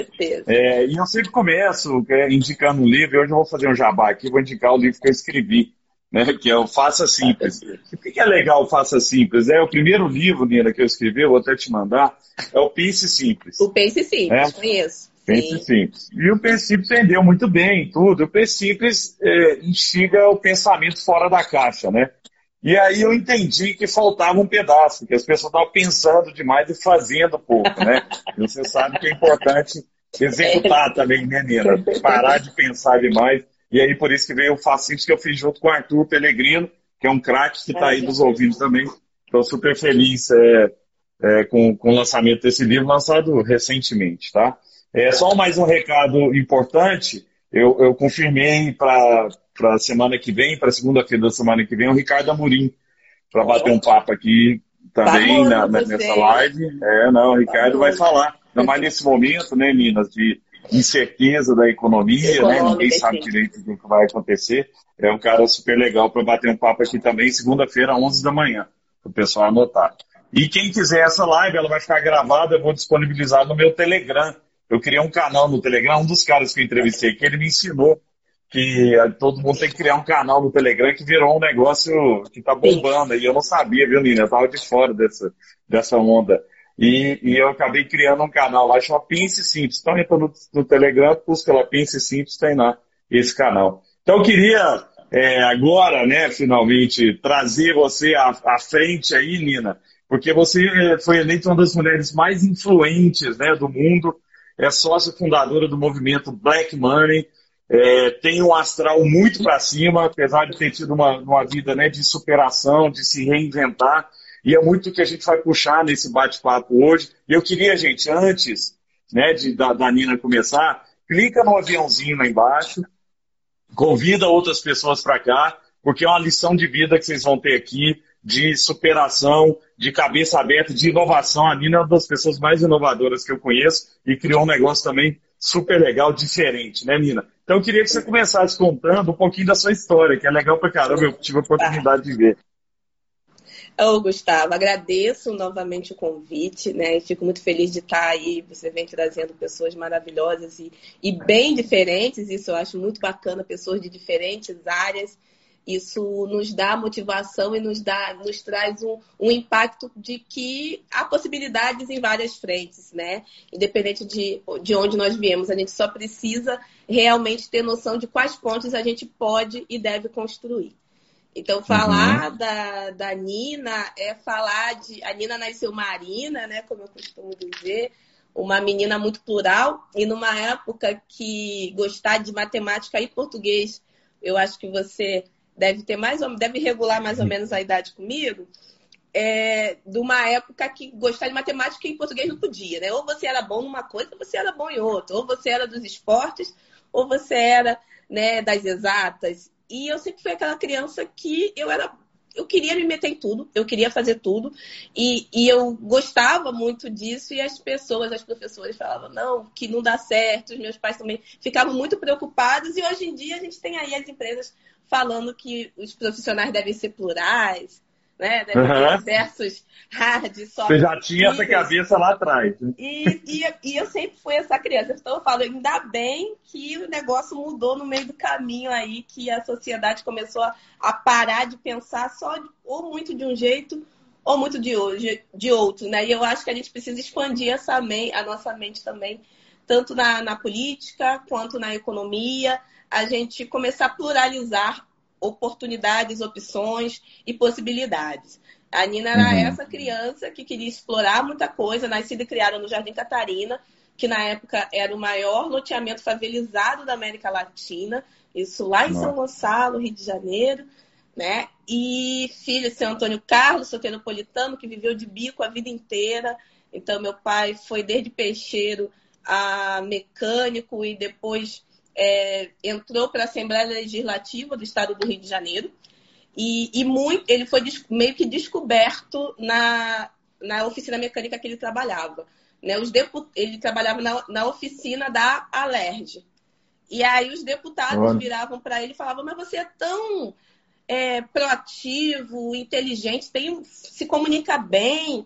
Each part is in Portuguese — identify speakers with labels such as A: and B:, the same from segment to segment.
A: certeza.
B: E eu sempre começo indicando um livro, e hoje eu vou fazer um jabá aqui, vou indicar o livro que eu escrevi, né, que é o Faça Simples. E por que é legal o Faça Simples? É o primeiro livro, Nina, que eu escrevi, eu vou até te mandar, é o Pense Simples.
A: O Pense
B: Né?
A: Simples, conheço.
B: Pense
A: Sim.
B: Simples. E o Pense Simples entendeu muito bem tudo. O Pense Simples instiga o pensamento fora da caixa, né? E aí eu entendi que faltava um pedaço, que as pessoas estavam pensando demais e fazendo pouco, né? E você sabe que é importante executar também, né, Nina? Parar de pensar demais. E aí por isso que veio o Facintos que eu fiz junto com o Arthur Pellegrino, que é um craque que está aí nos ouvindo também. Estou super feliz com o lançamento desse livro, lançado recentemente, tá? Só mais um recado importante, eu confirmei para a semana que vem, para segunda-feira da semana que vem, o Ricardo Amorim, para bater um papo aqui também
A: Famoso
B: nessa
A: você.
B: live. Não, o Ricardo vai
A: Famoso.
B: falar, ainda mais nesse momento, né, Minas, de incerteza da economia, né? Ninguém
A: Econômica,
B: sabe
A: sim.
B: direito o que vai acontecer. É um cara super legal para bater um papo aqui também, segunda-feira, 11 da manhã, para o pessoal anotar. E quem quiser essa live, ela vai ficar gravada, eu vou disponibilizar no meu Telegram. Eu criei um canal no Telegram, um dos caras que eu entrevistei aqui, ele me ensinou que todo mundo tem que criar um canal no Telegram que virou um negócio que tá
A: Sim.
B: bombando. E eu não sabia, viu, Nina? Eu tava de fora dessa onda. E eu acabei criando um canal lá, chama Pense Simples. Então entra no Telegram, busca lá Pense Simples, tem lá esse canal. Então eu queria agora, né, finalmente, trazer você à frente aí, Nina, porque você foi eleita uma das mulheres mais influentes, né, do mundo, é sócia fundadora do movimento Black Money, tem um astral muito para cima, apesar de ter tido uma vida, né, de superação, de se reinventar, e é muito o que a gente vai puxar nesse bate-papo hoje. E eu queria, gente, antes, né, da Nina começar, clica no aviãozinho lá embaixo, convida outras pessoas para cá, porque é uma lição de vida que vocês vão ter aqui, de superação, de cabeça aberta, de inovação. A Nina é uma das pessoas mais inovadoras que eu conheço e criou um negócio também super legal, diferente, né, Nina? Então eu queria que você começasse contando um pouquinho da sua história, que é legal pra caramba, eu tive a
A: Tá.
B: oportunidade de ver.
A: Ô, Gustavo, agradeço novamente o convite, né? Fico muito feliz de estar aí. Você vem trazendo pessoas maravilhosas e bem diferentes. Isso eu acho muito bacana, pessoas de diferentes áreas. Isso nos dá motivação e nos traz um impacto de que há possibilidades em várias frentes, né? Independente de onde nós viemos, a gente só precisa realmente ter noção de quais pontes a gente pode e deve construir. Então,
B: Uhum.
A: falar da Nina é falar de... A Nina nasceu Marina, né? Como eu costumo dizer, uma menina muito plural. E numa época que gostar de matemática e português, eu acho que você deve regular mais ou menos a idade comigo, de uma época que gostar de matemática e português não podia, né? Ou você era bom numa coisa, ou você era bom em outra. Ou você era dos esportes, ou você era, né, das exatas. E eu sempre fui aquela criança que eu queria me meter em tudo, eu queria fazer tudo, e eu gostava muito disso, e as professoras falavam, não, que não dá certo, os meus pais também ficavam muito preocupados, e hoje em dia a gente tem aí as empresas falando que os profissionais devem ser plurais, né? Deve ter
B: Uhum.
A: diversos hard,
B: Você
A: soft
B: já tinha essa
A: skills.
B: cabeça lá atrás, né?
A: E eu sempre fui essa criança. Então eu falo, ainda bem que o negócio mudou no meio do caminho aí, que a sociedade começou a parar de pensar ou muito de um jeito ou muito de outro, né? E eu acho que a gente precisa expandir a nossa mente também, tanto na política quanto na economia, a gente começar a pluralizar oportunidades, opções e possibilidades. A Nina era
B: Uhum.
A: essa criança que queria explorar muita coisa, nascida e criada no Jardim Catarina, que na época era o maior loteamento favelizado da América Latina, isso lá em São
B: Nossa.
A: Gonçalo, Rio de Janeiro, né? E filho de seu Antônio Carlos, soteropolitano, que viveu de bico a vida inteira. Então, meu pai foi desde peixeiro a mecânico e depois entrou para a Assembleia Legislativa do Estado do Rio de Janeiro. Ele foi meio que descoberto na oficina mecânica que ele trabalhava. Né? Ele trabalhava na oficina da Alerj. E aí os deputados
B: Olha.
A: viravam para ele e falavam, mas você é tão proativo, inteligente, se comunica bem.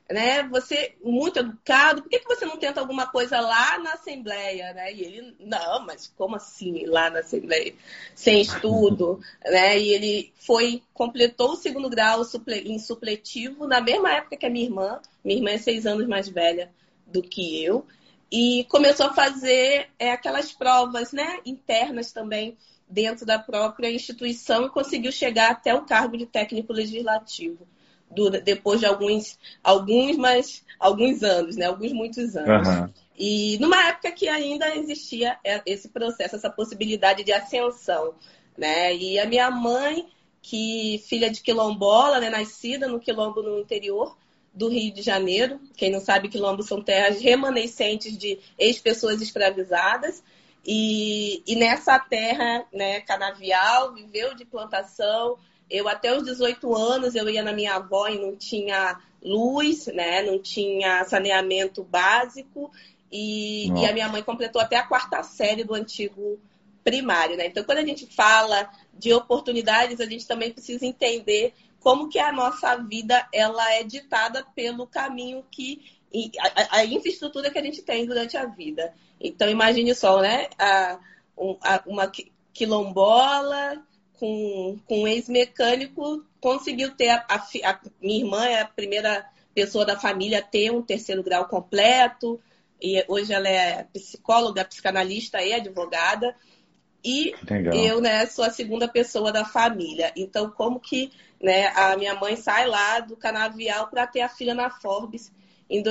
A: né? Você muito educado, por que você não tenta alguma coisa lá na Assembleia, né? E ele, não, mas como assim lá na Assembleia? Sem estudo, né? E ele completou o segundo grau em supletivo na mesma época que a minha irmã. Minha irmã é 6 anos mais velha do que eu. E começou a fazer aquelas provas, né, internas também dentro da própria instituição e conseguiu chegar até o cargo de técnico legislativo. Depois de alguns anos, né? Muitos anos.
B: Uhum.
A: E numa época que ainda existia esse processo, essa possibilidade de ascensão, né? E a minha mãe, filha de quilombola, né? Nascida no quilombo no interior do Rio de Janeiro. Quem não sabe, quilombo são terras remanescentes de ex-pessoas escravizadas. E nessa terra, né, canavial, viveu de plantação. Eu, até os 18 anos, eu ia na minha avó e não tinha luz, né? Não tinha saneamento básico. E a minha mãe completou até a 4ª série do antigo primário, né? Então, quando a gente fala de oportunidades, a gente também precisa entender como que a nossa vida ela é ditada pelo caminho a infraestrutura que a gente tem durante a vida. Então, imagine só, né? Uma quilombola com um ex-mecânico conseguiu ter a minha irmã é a primeira pessoa da família a ter um 3º grau completo, e hoje ela é psicóloga, psicanalista e advogada, e
B: Legal.
A: eu, né, sou a 2ª pessoa da família. Então, como que, né, a minha mãe sai lá do canavial para ter a filha na Forbes em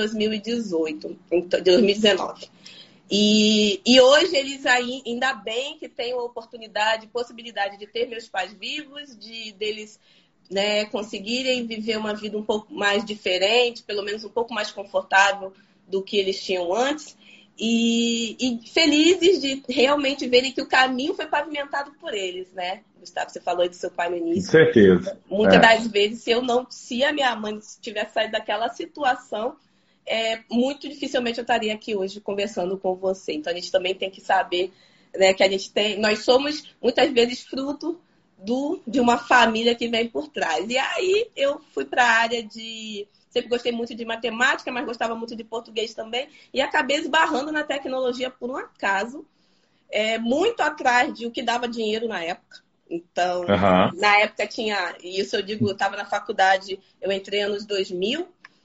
A: 2019. E hoje eles ainda bem que têm a oportunidade, possibilidade de ter meus pais vivos, deles, né, conseguirem viver uma vida um pouco mais diferente, pelo menos um pouco mais confortável do que eles tinham antes. E felizes de realmente verem que o caminho foi pavimentado por eles, né? Gustavo, você falou aí do seu pai no início.
B: Com certeza.
A: Muitas das vezes, se a minha mãe tivesse saído daquela situação, muito dificilmente eu estaria aqui hoje conversando com você. Então, a gente também tem que saber, né, que nós somos, muitas vezes, fruto de uma família que vem por trás. E aí, eu fui para a área sempre gostei muito de matemática, mas gostava muito de português também, e acabei esbarrando na tecnologia por um acaso, muito atrás de o que dava dinheiro na época. Então, na época tinha, isso eu digo, eu estava na faculdade, eu entrei anos 2000,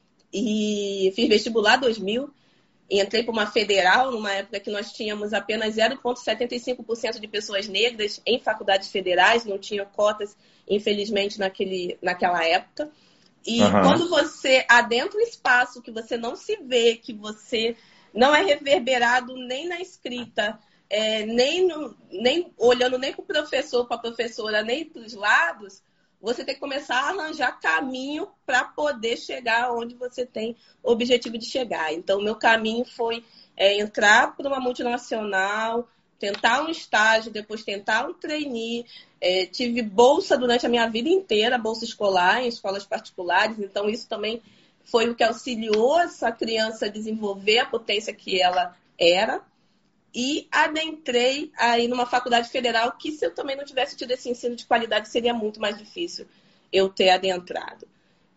A: e fiz vestibular 2000, e entrei para uma federal, numa época que nós tínhamos apenas 0,75% de pessoas negras em faculdades federais, não tinha cotas, infelizmente, naquela época. E quando você adentra um espaço que você não se vê, que você não é reverberado nem na escrita, nem olhando nem para o professor, para a professora, nem para os lados, você tem que começar a arranjar caminho para poder chegar onde você tem o objetivo de chegar. Então, o meu caminho foi entrar para uma multinacional, tentar um estágio, depois tentar um trainee. Tive bolsa durante a minha vida inteira, bolsa escolar, em escolas particulares. Então, isso também foi o que auxiliou essa criança a desenvolver a potência que ela era. E adentrei aí numa faculdade federal que, se eu também não tivesse tido esse ensino de qualidade, seria muito mais difícil eu ter adentrado.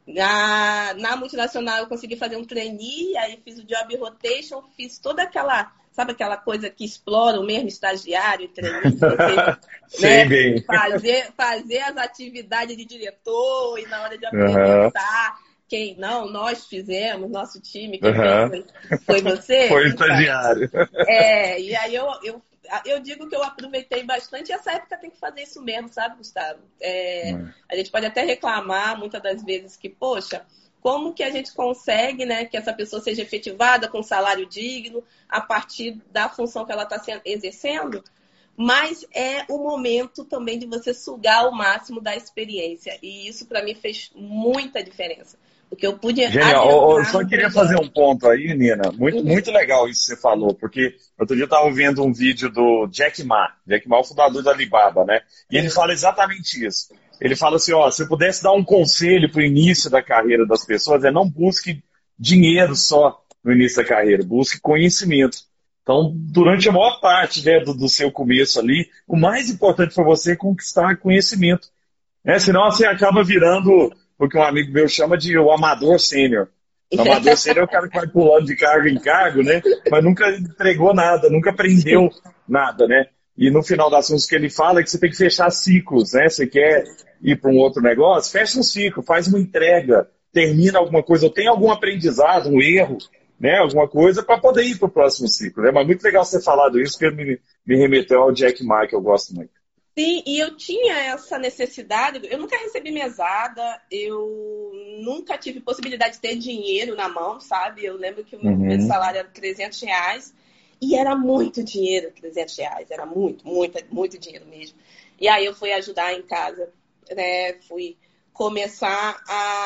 A: Na multinacional, eu consegui fazer um trainee, aí fiz o job rotation, fiz toda aquela, sabe aquela coisa que explora o mesmo estagiário, trainee,
B: sei, né, bem.
A: Fazer as atividades de diretor e na hora de apresentar. Nós fizemos, nosso time, quem fez foi você?
B: Foi o estagiário.
A: E aí eu digo que eu aproveitei bastante, e essa época tem que fazer isso mesmo, sabe, Gustavo? A gente pode até reclamar muitas das vezes que, poxa, como que a gente consegue, né, que essa pessoa seja efetivada com um salário digno a partir da função que ela está exercendo? Mas é o momento também de você sugar o máximo da experiência. E isso, para mim, fez muita diferença. Porque eu pude...
B: Genial. Eu só queria fazer um ponto aí, Nina. Muito legal isso que você falou, porque outro dia eu estava vendo um vídeo do Jack Ma. Jack Ma é o fundador da Alibaba, né? E ele fala exatamente isso. Ele fala assim, se eu pudesse dar um conselho para o início da carreira das pessoas, não busque dinheiro só no início da carreira, busque conhecimento. Então, durante a maior parte, né, do seu começo ali, o mais importante para você é conquistar conhecimento. Senão você acaba virando o que um amigo meu chama de o amador sênior. Amador seria o cara que vai pulando de cargo em cargo, né? Mas nunca entregou nada, nunca aprendeu nada, né? E no final das contas, o que ele fala é que você tem que fechar ciclos, né? Você quer ir para um outro negócio, fecha um ciclo, faz uma entrega, termina alguma coisa, ou tem algum aprendizado, um erro, né? Alguma coisa para poder ir para o próximo ciclo, né? Mas muito legal você ter falado isso, porque me remeteu ao Jack Ma, que eu gosto muito.
A: Sim, e eu tinha essa necessidade. Eu nunca recebi mesada, eu nunca tive possibilidade de ter dinheiro na mão, sabe? Eu lembro que o meu salário era R$ 300 e era muito dinheiro, R$ 300. Era muito, muito, muito dinheiro mesmo. E aí eu fui ajudar em casa, né? Fui começar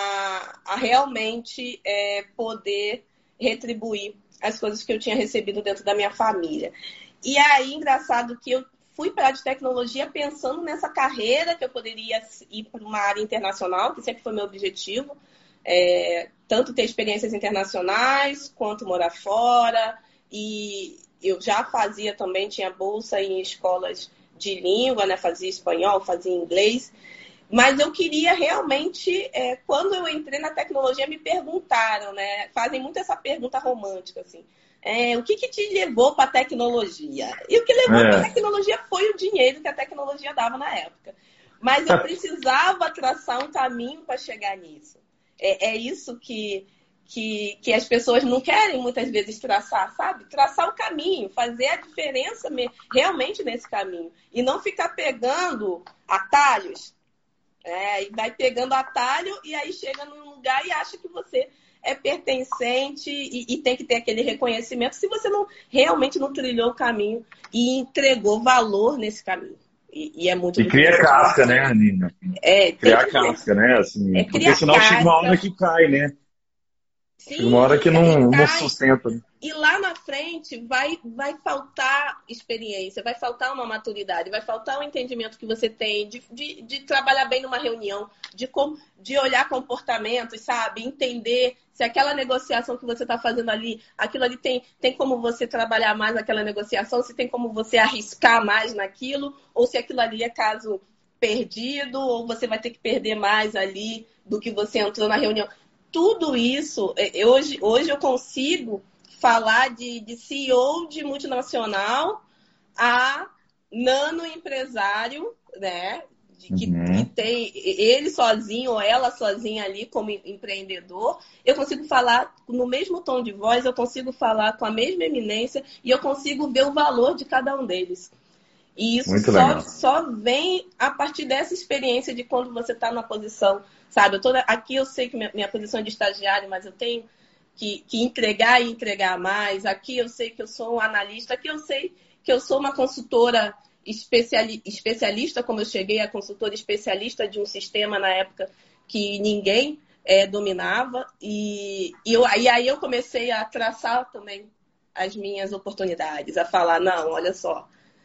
A: a realmente poder retribuir as coisas que eu tinha recebido dentro da minha família. E aí, engraçado que eu fui para a área de tecnologia pensando nessa carreira que eu poderia ir para uma área internacional, que sempre foi meu objetivo, tanto ter experiências internacionais quanto morar fora. E eu já fazia também, tinha bolsa em escolas de língua, né? Fazia espanhol, fazia inglês. Mas eu queria realmente, quando eu entrei na tecnologia, me perguntaram, né? Fazem muito essa pergunta romântica, assim. O que te levou para a tecnologia? E o que levou para a tecnologia foi o dinheiro que a tecnologia dava na época. Mas eu precisava traçar um caminho para chegar nisso. É isso que as pessoas não querem muitas vezes traçar, sabe? Traçar o caminho, fazer a diferença realmente nesse caminho. E não ficar pegando atalhos. E vai pegando atalho e aí chega num lugar e acha que você é pertencente e tem que ter aquele reconhecimento se você realmente não trilhou o caminho e entregou valor nesse caminho. E é muito
B: E cria casca, né, Nina? Criar casca, né? Assim, porque senão chega uma hora que cai, né?
A: Sim,
B: chega uma hora que não sustenta.
A: E lá na frente vai faltar experiência, vai faltar uma maturidade, vai faltar o entendimento que você tem de trabalhar bem numa reunião, de olhar comportamentos, sabe? Entender se aquela negociação que você está fazendo ali, aquilo ali tem como você trabalhar mais naquela negociação, se tem como você arriscar mais naquilo, ou se aquilo ali é caso perdido, ou você vai ter que perder mais ali do que você entrou na reunião. Tudo isso, hoje eu consigo falar de CEO de multinacional a nano empresário, né? Que tem ele sozinho ou ela sozinha ali como empreendedor. Eu consigo falar no mesmo tom de voz, eu consigo falar com a mesma eminência e eu consigo ver o valor de cada um deles. E isso só vem a partir dessa experiência de quando você está na posição, sabe? Aqui eu sei que minha posição é de estagiário, mas eu tenho que entregar e entregar mais. Aqui eu sei que eu sou um analista, aqui eu sei que eu sou uma consultora especialista, como eu cheguei a consultora especialista de um sistema na época que ninguém dominava. E aí eu comecei a traçar também as minhas oportunidades, a falar, não, olha só,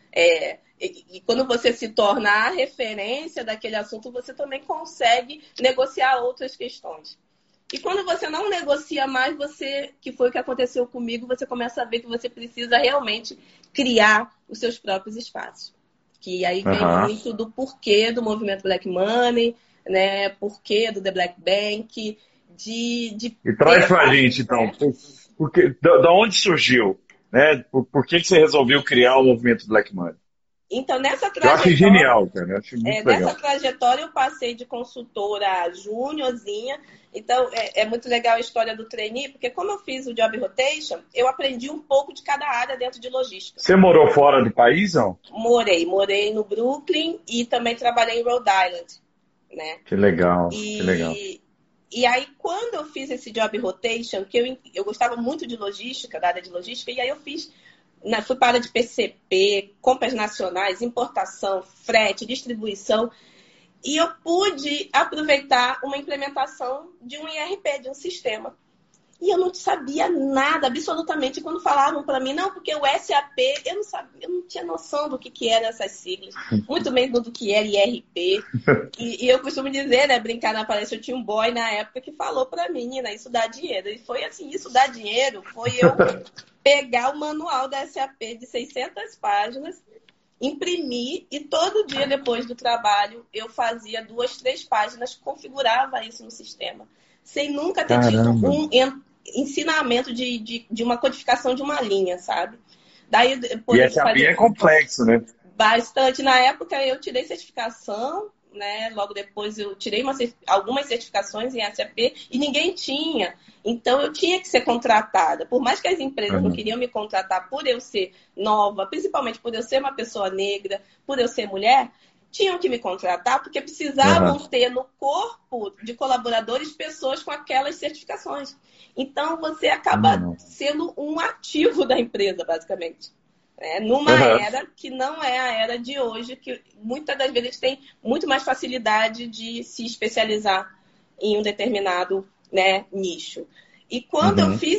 A: e quando você se torna a referência daquele assunto, você também consegue negociar outras questões. E quando você não negocia mais, que foi o que aconteceu comigo, você começa a ver que você precisa realmente criar os seus próprios espaços. Que aí vem muito do porquê do movimento Black Money, né? Porquê do The Black Bank, E
B: traz pra gente, então, da onde surgiu? Né? Por que você resolveu criar o movimento Black Money?
A: Então, nessa
B: trajetória... Eu acho genial, cara. Eu acho muito legal.
A: Nessa trajetória, eu passei de consultora júniorzinha. Então, é muito legal a história do trainee, porque como eu fiz o Job Rotation, eu aprendi um pouco de cada área dentro de logística.
B: Você morou fora do país, não?
A: Morei no Brooklyn e também trabalhei em Rhode Island, né?
B: Que legal, que legal.
A: E aí, quando eu fiz esse Job Rotation, que eu gostava muito de logística, da área de logística, e aí eu fui para a área de PCP, compras nacionais, importação, frete, distribuição. E eu pude aproveitar uma implementação de um IRP, de um sistema. E eu não sabia nada, absolutamente, quando falavam para mim, não, porque o SAP, eu não tinha noção do que eram essas siglas, muito menos do que era IRP. E eu costumo dizer, né, brincar na palestra, eu tinha um boy na época que falou para mim, menina, isso dá dinheiro. E foi assim, isso dá dinheiro, foi eu pegar o manual da SAP de 600 páginas, imprimir e todo dia depois do trabalho eu fazia 2, 3 páginas, configurava isso no sistema. sem nunca ter tido
B: Caramba.
A: um ensinamento de uma codificação de uma linha, sabe? Daí,
B: E
A: depois de
B: SAP
A: fazer
B: é complexo, né?
A: bastante, na época eu tirei certificação, né? Logo depois eu tirei algumas certificações em SAP e ninguém tinha. Então eu tinha que ser contratada. Por mais que as empresas não
B: Uhum.
A: queriam me contratar por eu ser nova, principalmente por eu ser uma pessoa negra, por eu ser mulher, tinham que me contratar porque precisavam
B: Uhum.
A: ter no corpo de colaboradores pessoas com aquelas certificações. Então você acaba
B: Uhum.
A: sendo um ativo da empresa, basicamente. Numa
B: Uhum.
A: era que não é a era de hoje, que muitas das vezes tem muito mais facilidade de se especializar em um determinado, né, nicho. E quando eu
B: Uhum.
A: fiz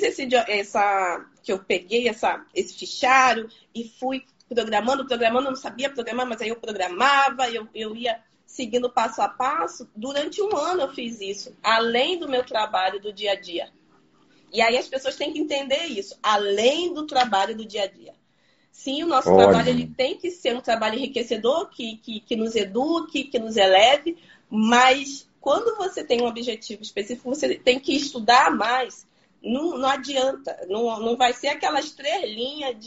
A: que eu peguei esse fichário e fui programando, eu não sabia programar, mas aí eu programava, eu ia seguindo passo a passo. Durante um ano eu fiz isso, além do meu trabalho do dia a dia. E aí as pessoas têm que entender isso, além do trabalho do dia a dia. Sim, o nosso trabalho ele
B: Olha.
A: tem que ser um trabalho enriquecedor, que nos eduque, que nos eleve, mas quando você tem um objetivo específico, você tem que estudar mais. Não adianta, não vai ser aquelas 3 linhas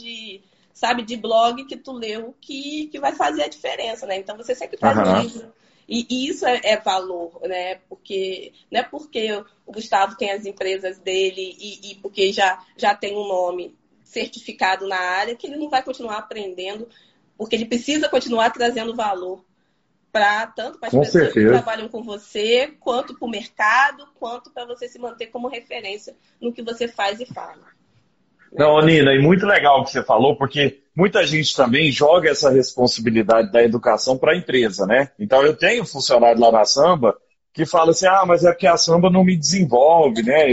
A: de blog que tu leu que vai fazer a diferença, né? Então você sempre traz um
B: Aham.
A: livro. E isso é valor, né? Porque não é porque o Gustavo tem as empresas dele e porque já tem um nome certificado na área, que ele não vai continuar aprendendo, porque ele precisa continuar trazendo valor tanto para as
B: Com
A: pessoas que
B: certeza.
A: trabalham com você, quanto para o mercado, quanto para você se manter como referência no que você faz e fala. Né?
B: Não,
A: Então,
B: Nina, e muito legal o que você falou, porque muita gente também joga essa responsabilidade da educação para a empresa, né? Então eu tenho funcionário lá na Samba que fala assim, ah, mas é porque a Samba não me desenvolve, né?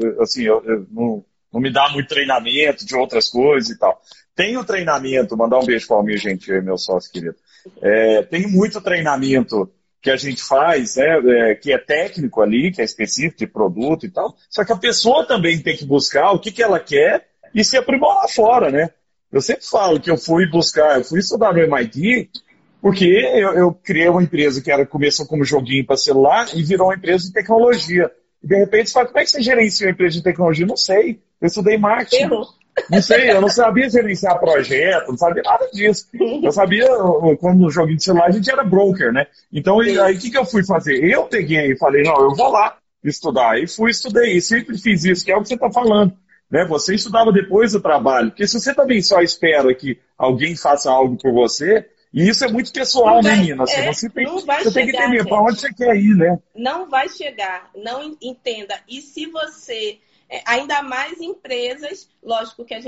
B: Eu não me dá muito treinamento de outras coisas e tal. Tenho treinamento, mandar um beijo para o meu gente, meu sócio querido. Tem muito treinamento que a gente faz, né, que é técnico ali, que é específico de produto e tal, só que a pessoa também tem que buscar o que, que ela quer e se aprimorar fora, né? Eu sempre falo que eu fui estudar no MIT porque eu criei uma empresa que começou como joguinho para celular e virou uma empresa de tecnologia. E de repente você fala, como é que você gerencia uma empresa de tecnologia? Não sei. Eu estudei marketing.
A: errou.
B: Não sei, eu não sabia gerenciar projeto, não sabia nada disso. Eu sabia, como no joguinho de celular, a gente era broker, né? Então, aí o que, que eu fui fazer? Eu peguei e falei, não, eu vou lá estudar. E fui, estudei, e sempre fiz isso, que é o que você está falando. Né? Você estudava depois do trabalho. Porque se você também só espera que alguém faça algo por você, e isso é muito pessoal, né, Nina? Assim,
A: não vai
B: você tem que
A: chegar,
B: entender para onde
A: gente.
B: você quer ir, né?
A: Não vai chegar, não entenda. E se você, ainda mais empresas, lógico que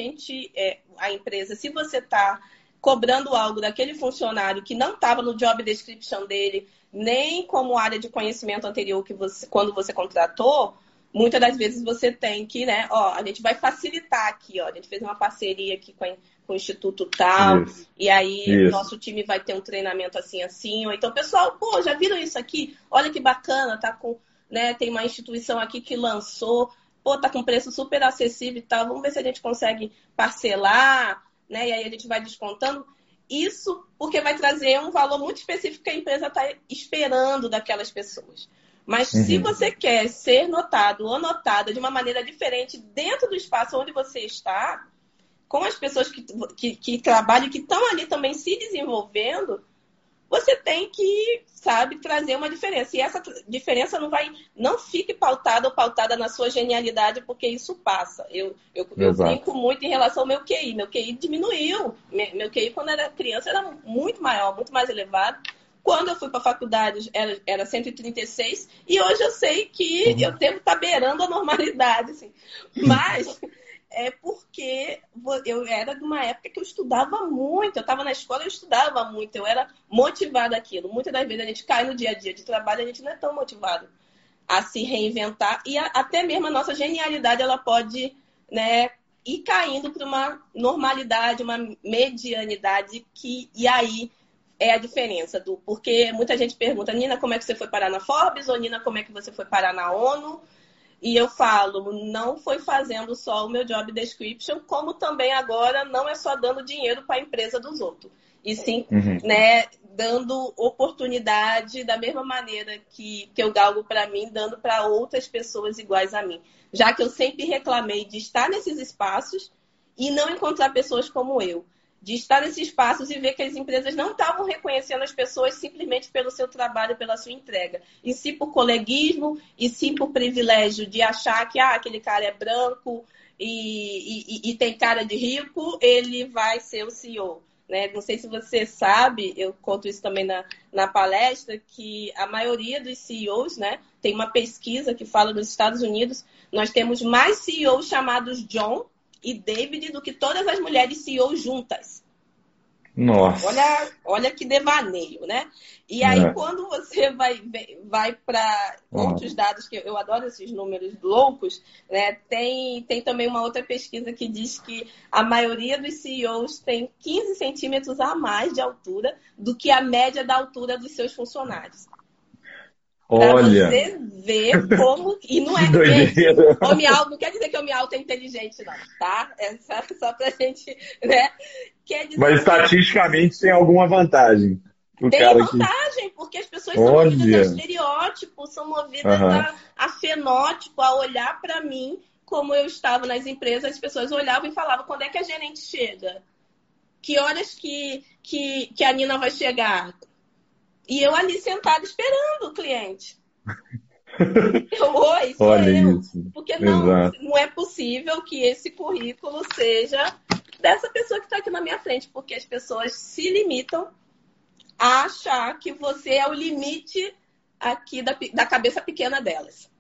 A: a empresa, se você está cobrando algo daquele funcionário que não estava no job description dele, nem como área de conhecimento anterior quando você contratou, muitas das vezes você tem que, né, a gente vai facilitar aqui, a gente fez uma parceria aqui com o Instituto tal,
B: Isso,
A: e aí
B: isso.
A: nosso time vai ter um treinamento assim, ou então, pessoal, pô, já viram isso aqui? Olha que bacana, tá com, né, tem uma instituição aqui que lançou, pô, tá com preço super acessível e tal, vamos ver se a gente consegue parcelar, né, e aí a gente vai descontando. Isso porque vai trazer um valor muito específico que a empresa está esperando daquelas pessoas. Mas se
B: Uhum.
A: você quer ser notado ou notada de uma maneira diferente dentro do espaço onde você está, com as pessoas que trabalham, que estão ali também se desenvolvendo, você tem que, sabe, trazer uma diferença. E essa diferença não fique pautada ou pautada na sua genialidade, porque isso passa. Eu
B: Exato.
A: brinco muito em relação ao meu QI. Meu QI diminuiu. Meu QI, quando era criança, era muito maior, muito mais elevado. Quando eu fui para a faculdade, era 136, e hoje eu sei que eu devo estar beirando a normalidade. Assim. Mas é porque eu era de uma época que eu estudava muito, eu estava na escola, eu estudava muito, eu era motivada àquilo. Muitas das vezes a gente cai no dia a dia de trabalho, a gente não é tão motivado a se reinventar, e até mesmo a nossa genialidade ela pode, né, ir caindo para uma normalidade, uma medianidade, e aí é a diferença porque muita gente pergunta, Nina, como é que você foi parar na Forbes? Ou Nina, como é que você foi parar na ONU? E eu falo, não foi fazendo só o meu job description, como também agora não é só dando dinheiro para a empresa dos outros. E sim, né, dando oportunidade da mesma maneira que eu galgo para mim, dando para outras pessoas iguais a mim. Já que eu sempre reclamei de estar nesses espaços e não encontrar pessoas como eu. De estar nesses espaços e ver que as empresas não estavam reconhecendo as pessoas simplesmente pelo seu trabalho, pela sua entrega. E sim por coleguismo, e sim por privilégio de achar que aquele cara é branco e tem cara de rico, ele vai ser o CEO. Né? Não sei se você sabe, eu conto isso também na palestra, que a maioria dos CEOs, né, tem uma pesquisa que fala nos Estados Unidos, nós temos mais CEOs chamados John e David do que todas as mulheres CEOs juntas.
B: Nossa.
A: Olha que devaneio, né? E aí, quando você vai para outros dados, que eu adoro esses números loucos, né? Tem também uma outra pesquisa que diz que a maioria dos CEOs tem 15 centímetros a mais de altura do que a média da altura dos seus funcionários. Para você ver como... E não é... Homem alto, não quer dizer que homem alto é inteligente, não, tá? É só pra gente... Né? Quer dizer
B: Mas estatisticamente tem alguma vantagem.
A: Tem vantagem, porque as pessoas são movidas a estereótipo, são movidas a fenótipo, a olhar para mim, como eu estava nas empresas, as pessoas olhavam e falavam, quando é que a gerente chega? Que horas que a Nina vai chegar? E eu ali sentada esperando o cliente. Oi, sou eu. Isso. Porque não é possível que esse currículo seja dessa pessoa que está aqui na minha frente, porque as pessoas se limitam a achar que você é o limite aqui da cabeça pequena delas.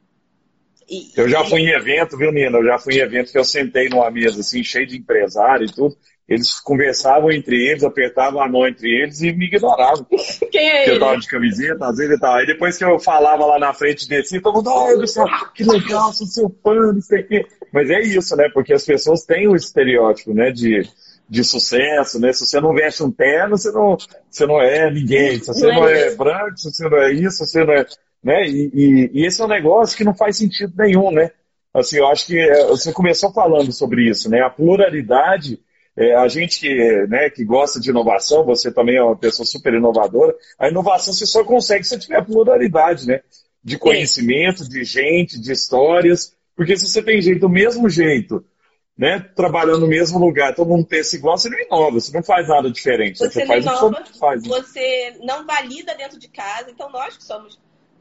B: Eu já fui em evento, viu, Nina? Eu já fui em evento que eu sentei numa mesa assim, cheia de empresário e tudo. Eles conversavam entre eles, apertavam a mão entre eles e me ignoravam.
A: Quem é ele?
B: Eu tava de camiseta, às vezes e tal. Aí depois que eu falava lá na frente desse, todo mundo, que legal, sou seu fã, não sei o quê. Mas é isso, né? Porque as pessoas têm o estereótipo, né? De sucesso, né? Se você não veste um terno, você não é ninguém. Se você não é branco, se você não é isso, se você não é... Né? E esse é um negócio que não faz sentido nenhum, né? Assim, eu acho que você começou falando sobre isso, né? A pluralidade, a gente que gosta de inovação, você também é uma pessoa super inovadora, a inovação você só consegue se tiver pluralidade, né? De conhecimento, de gente, de histórias, porque se você tem gente do mesmo jeito, né, trabalhando no mesmo lugar, todo mundo pensa igual, você não inova, você não faz nada diferente.
A: Você
B: faz
A: não inova,
B: o que faz.
A: Você não valida dentro de casa, então nós que somos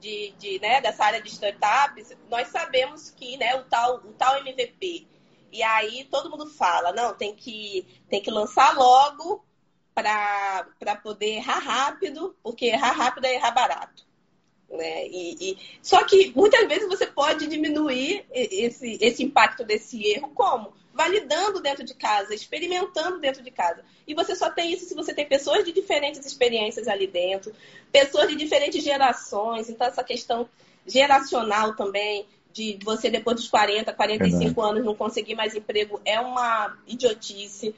A: dessa área de startups, nós sabemos que, né, o tal MVP. E aí todo mundo fala, não, tem que lançar logo para poder errar rápido, porque errar rápido é errar barato. Né? Só que muitas vezes você pode diminuir esse impacto desse erro como? Validando dentro de casa, experimentando dentro de casa. E você só tem isso se você tem pessoas de diferentes experiências ali dentro, pessoas de diferentes gerações. Então, essa questão geracional também, de você depois dos 40, 45 anos não conseguir mais emprego, é uma idiotice.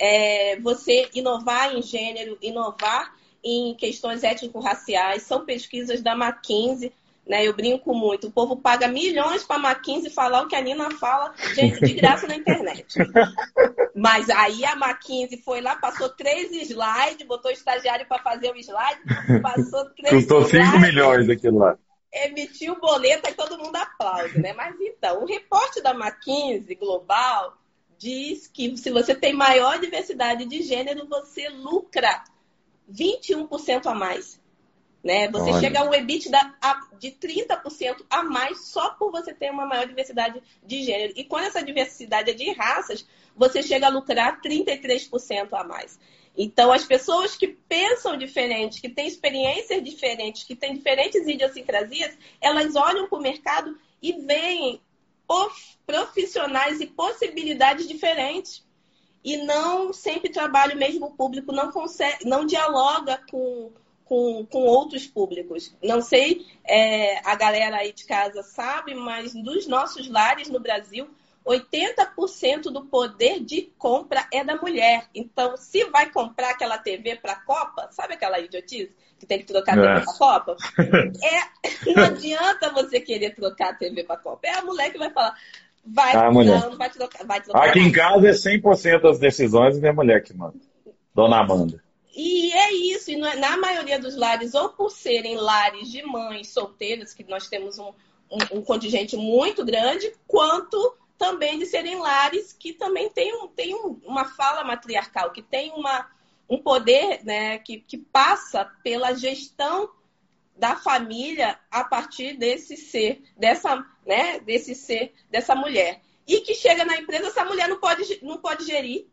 A: Você inovar em gênero, inovar em questões étnico-raciais, são pesquisas da McKinsey, né? Eu brinco muito, o povo paga milhões para a McKinsey falar o que a Nina fala, gente, de graça na internet. Mas aí a McKinsey foi lá, passou 3 slides, botou o estagiário para fazer o slide, passou 3
B: Custou 5 milhões aquilo lá.
A: Emitiu o boleto e todo mundo aplaude, né? Mas então, o reporte da McKinsey Global diz que se você tem maior diversidade de gênero, você lucra 21% a mais. Né? Você chega a um EBITDA de 30% a mais só por você ter uma maior diversidade de gênero. E quando essa diversidade é de raças, você chega a lucrar 33% a mais. Então, as pessoas que pensam diferente, que têm experiências diferentes, que têm diferentes idiosincrasias, elas olham para o mercado e veem profissionais e possibilidades diferentes. E não sempre trabalha o mesmo público, não dialoga com outros públicos. Não sei, a galera aí de casa sabe, mas dos nossos lares no Brasil, 80% do poder de compra é da mulher. Então, se vai comprar aquela TV para a Copa, sabe aquela idiotice que tem que trocar a TV para a Copa? Não adianta você querer trocar a TV para a Copa. É a mulher que vai falar, não vai trocar. Vai trocar
B: aqui
A: mais.
B: Em casa é 100% das decisões e é a mulher que manda. Dona Amanda.
A: E é isso, e na maioria dos lares, ou por serem lares de mães solteiras, que nós temos um contingente muito grande, quanto também de serem lares que também tem uma fala matriarcal, que tem um poder, né, que passa pela gestão da família a partir desse ser, dessa mulher. E que chega na empresa, essa mulher não pode gerir.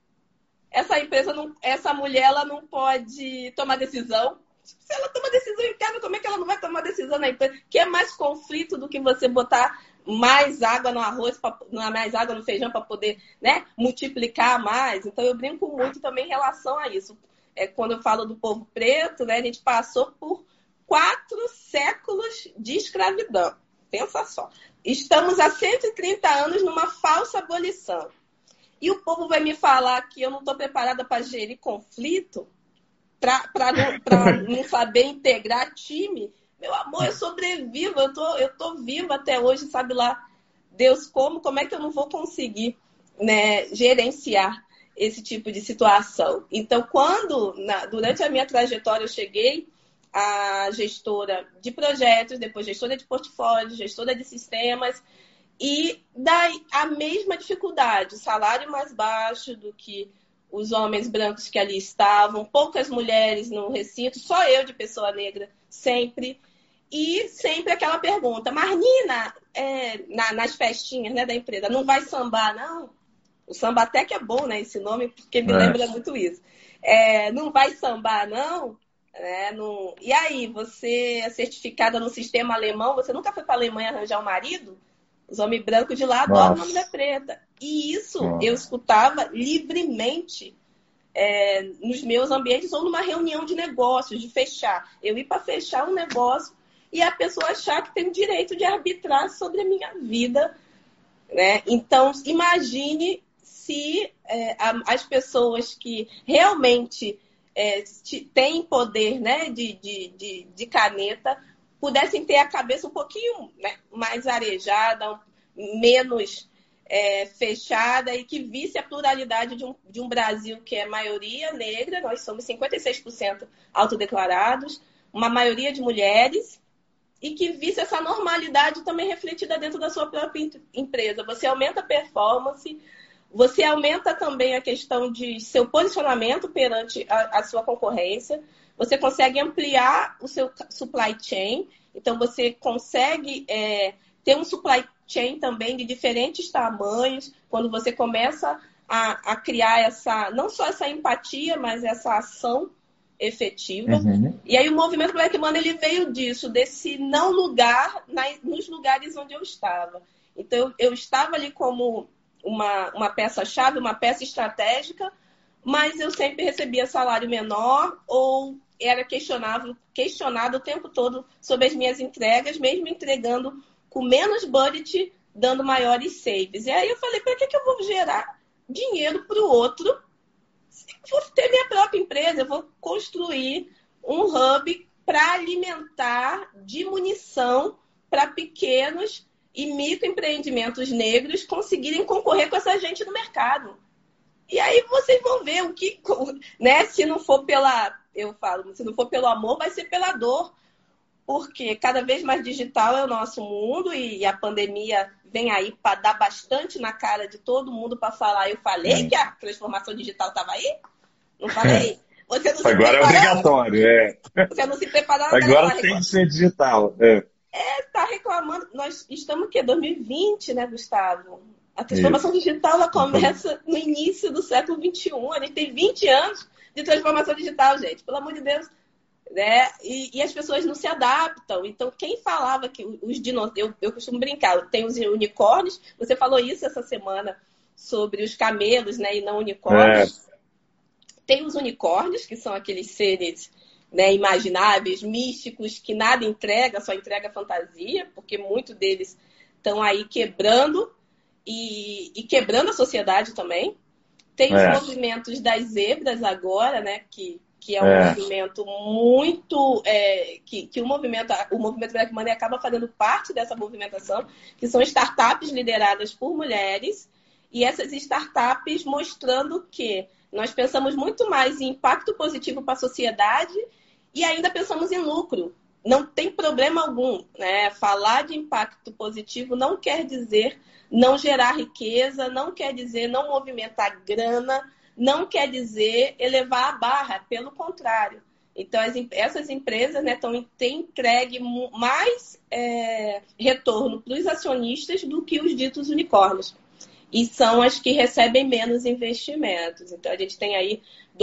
A: Essa mulher, ela não pode tomar decisão. Se ela toma decisão em casa, como é que ela não vai tomar decisão na empresa? Que é mais conflito do que você botar mais água no arroz, mais água no feijão para poder, né, multiplicar mais. Então, eu brinco muito também em relação a isso. Quando eu falo do povo preto, né, a gente passou por 4 séculos de escravidão. Pensa só. Estamos há 130 anos numa falsa abolição. E o povo vai me falar que eu não estou preparada para gerir conflito, para não saber integrar time. Meu amor, eu sobrevivo, eu tô viva até hoje, sabe lá, Deus, como é que eu não vou conseguir, né, gerenciar esse tipo de situação? Então, durante a minha trajetória, eu cheguei a gestora de projetos, depois gestora de portfólio, gestora de sistemas, e daí a mesma dificuldade, salário mais baixo do que os homens brancos que ali estavam, poucas mulheres no recinto, só eu de pessoa negra, sempre. E sempre aquela pergunta, mas Nina, nas festinhas, né, da empresa, não vai sambar, não? O samba até que é bom, né, esse nome, porque me lembra muito isso. Não vai sambar, não? Não... E aí, você é certificada no sistema alemão, você nunca foi para a Alemanha arranjar um marido? Os homens brancos de lá adoram uma mulher preta. E isso eu escutava livremente nos meus ambientes ou numa reunião de negócios, de fechar. Eu ir para fechar um negócio e a pessoa achar que tem o direito de arbitrar sobre a minha vida, né? Então, imagine se as pessoas que realmente têm poder, né, de caneta pudessem ter a cabeça um pouquinho, né, mais arejada, menos fechada e que visse a pluralidade de um Brasil que é maioria negra, nós somos 56% autodeclarados, uma maioria de mulheres, e que visse essa normalidade também refletida dentro da sua própria empresa. Você aumenta a performance, você aumenta também a questão de seu posicionamento perante a sua concorrência, você consegue ampliar o seu supply chain, então você consegue ter um supply chain também de diferentes tamanhos, quando você começa a criar não só essa empatia, mas essa ação efetiva. Uhum. E aí o movimento Black Money, ele veio disso, desse não lugar nos lugares onde eu estava. Então eu estava ali como uma peça-chave, uma peça estratégica, mas eu sempre recebia salário menor ou era questionado o tempo todo sobre as minhas entregas, mesmo entregando com menos budget, dando maiores saves. E aí eu falei, para que eu vou gerar dinheiro para o outro? Eu vou ter minha própria empresa, eu vou construir um hub para alimentar de munição para pequenos e microempreendimentos negros conseguirem concorrer com essa gente no mercado. E aí vocês vão ver o que, né? Se não for se não for pelo amor, vai ser pela dor. Porque cada vez mais digital é o nosso mundo e a pandemia vem aí para dar bastante na cara de todo mundo para falar. Eu falei que a transformação digital estava aí? Não falei? Você não
B: Agora é obrigatório,
A: Você não se preparou?
B: Agora tem que ser digital.
A: Tá reclamando. Nós estamos o quê? 2020, né, Gustavo? A transformação digital ela começa no início do século XXI. A gente tem 20 anos de transformação digital, gente. Pelo amor de Deus. Né? E as pessoas não se adaptam. Então, quem falava que os dinossauros... Eu costumo brincar, tem os unicórnios. Você falou isso essa semana sobre os camelos, né, e não unicórnios. Tem os unicórnios, que são aqueles seres, né, imagináveis, místicos, que nada entrega, só entrega fantasia, porque muitos deles estão aí quebrando. e quebrando a sociedade também. Tem os movimentos das zebras agora, né? Que é um movimento muito... que o movimento Black Money acaba fazendo parte dessa movimentação, que são startups lideradas por mulheres, e essas startups mostrando que nós pensamos muito mais em impacto positivo para a sociedade e ainda pensamos em lucro. Não tem problema algum, né? Falar de impacto positivo não quer dizer não gerar riqueza, não quer dizer não movimentar grana, não quer dizer elevar a barra, pelo contrário. Então, essas empresas, né, têm entregue mais retorno para os acionistas do que os ditos unicórnios. E são as que recebem menos investimentos. Então, a gente tem aí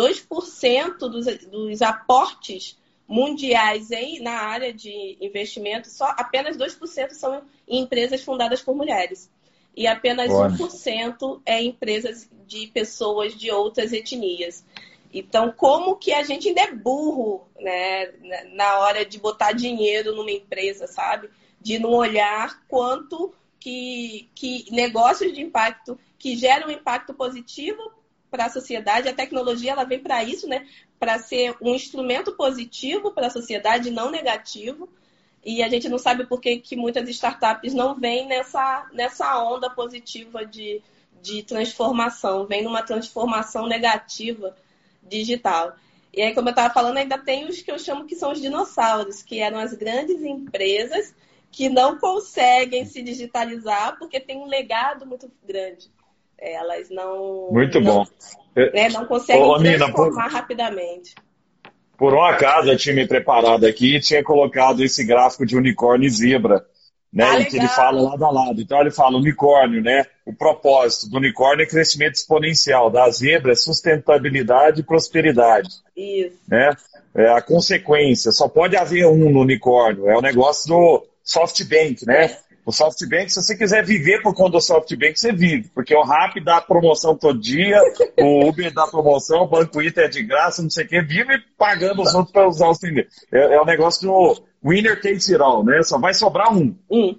A: 2% dos aportes mundiais na área de investimento, apenas 2% são em empresas fundadas por mulheres. E apenas 1% é empresas de pessoas de outras etnias. Então, como que a gente ainda é burro, né, na hora de botar dinheiro numa empresa, sabe? De não olhar quanto que negócios de impacto que geram impacto positivo para a sociedade. A tecnologia ela vem para isso, né? Para ser um instrumento positivo para a sociedade, não negativo. E a gente não sabe por que muitas startups não vêm nessa onda positiva de transformação, vem numa transformação negativa digital. E aí, como eu estava falando, ainda tem os que eu chamo que são os dinossauros, que eram as grandes empresas que não conseguem se digitalizar porque tem um legado muito grande. Elas não...
B: Muito bom.
A: Não conseguem transformar rapidamente.
B: Por um acaso, eu tinha me preparado aqui e tinha colocado esse gráfico de unicórnio e zebra, né? Em que ele fala lado a lado. Então, ele fala unicórnio, né? O propósito do unicórnio é crescimento exponencial. Da zebra é sustentabilidade e prosperidade.
A: Isso.
B: Né? A consequência. Só pode haver um no unicórnio. É o negócio do SoftBank, né? O SoftBank, se você quiser viver por conta do SoftBank, você vive. Porque o Rappi dá promoção todo dia, o Uber dá promoção, o Banco Ita é de graça, não sei o quê. Vive pagando os outros para usar os primeiros. É o negócio do winner takes it all, né? Só vai sobrar um.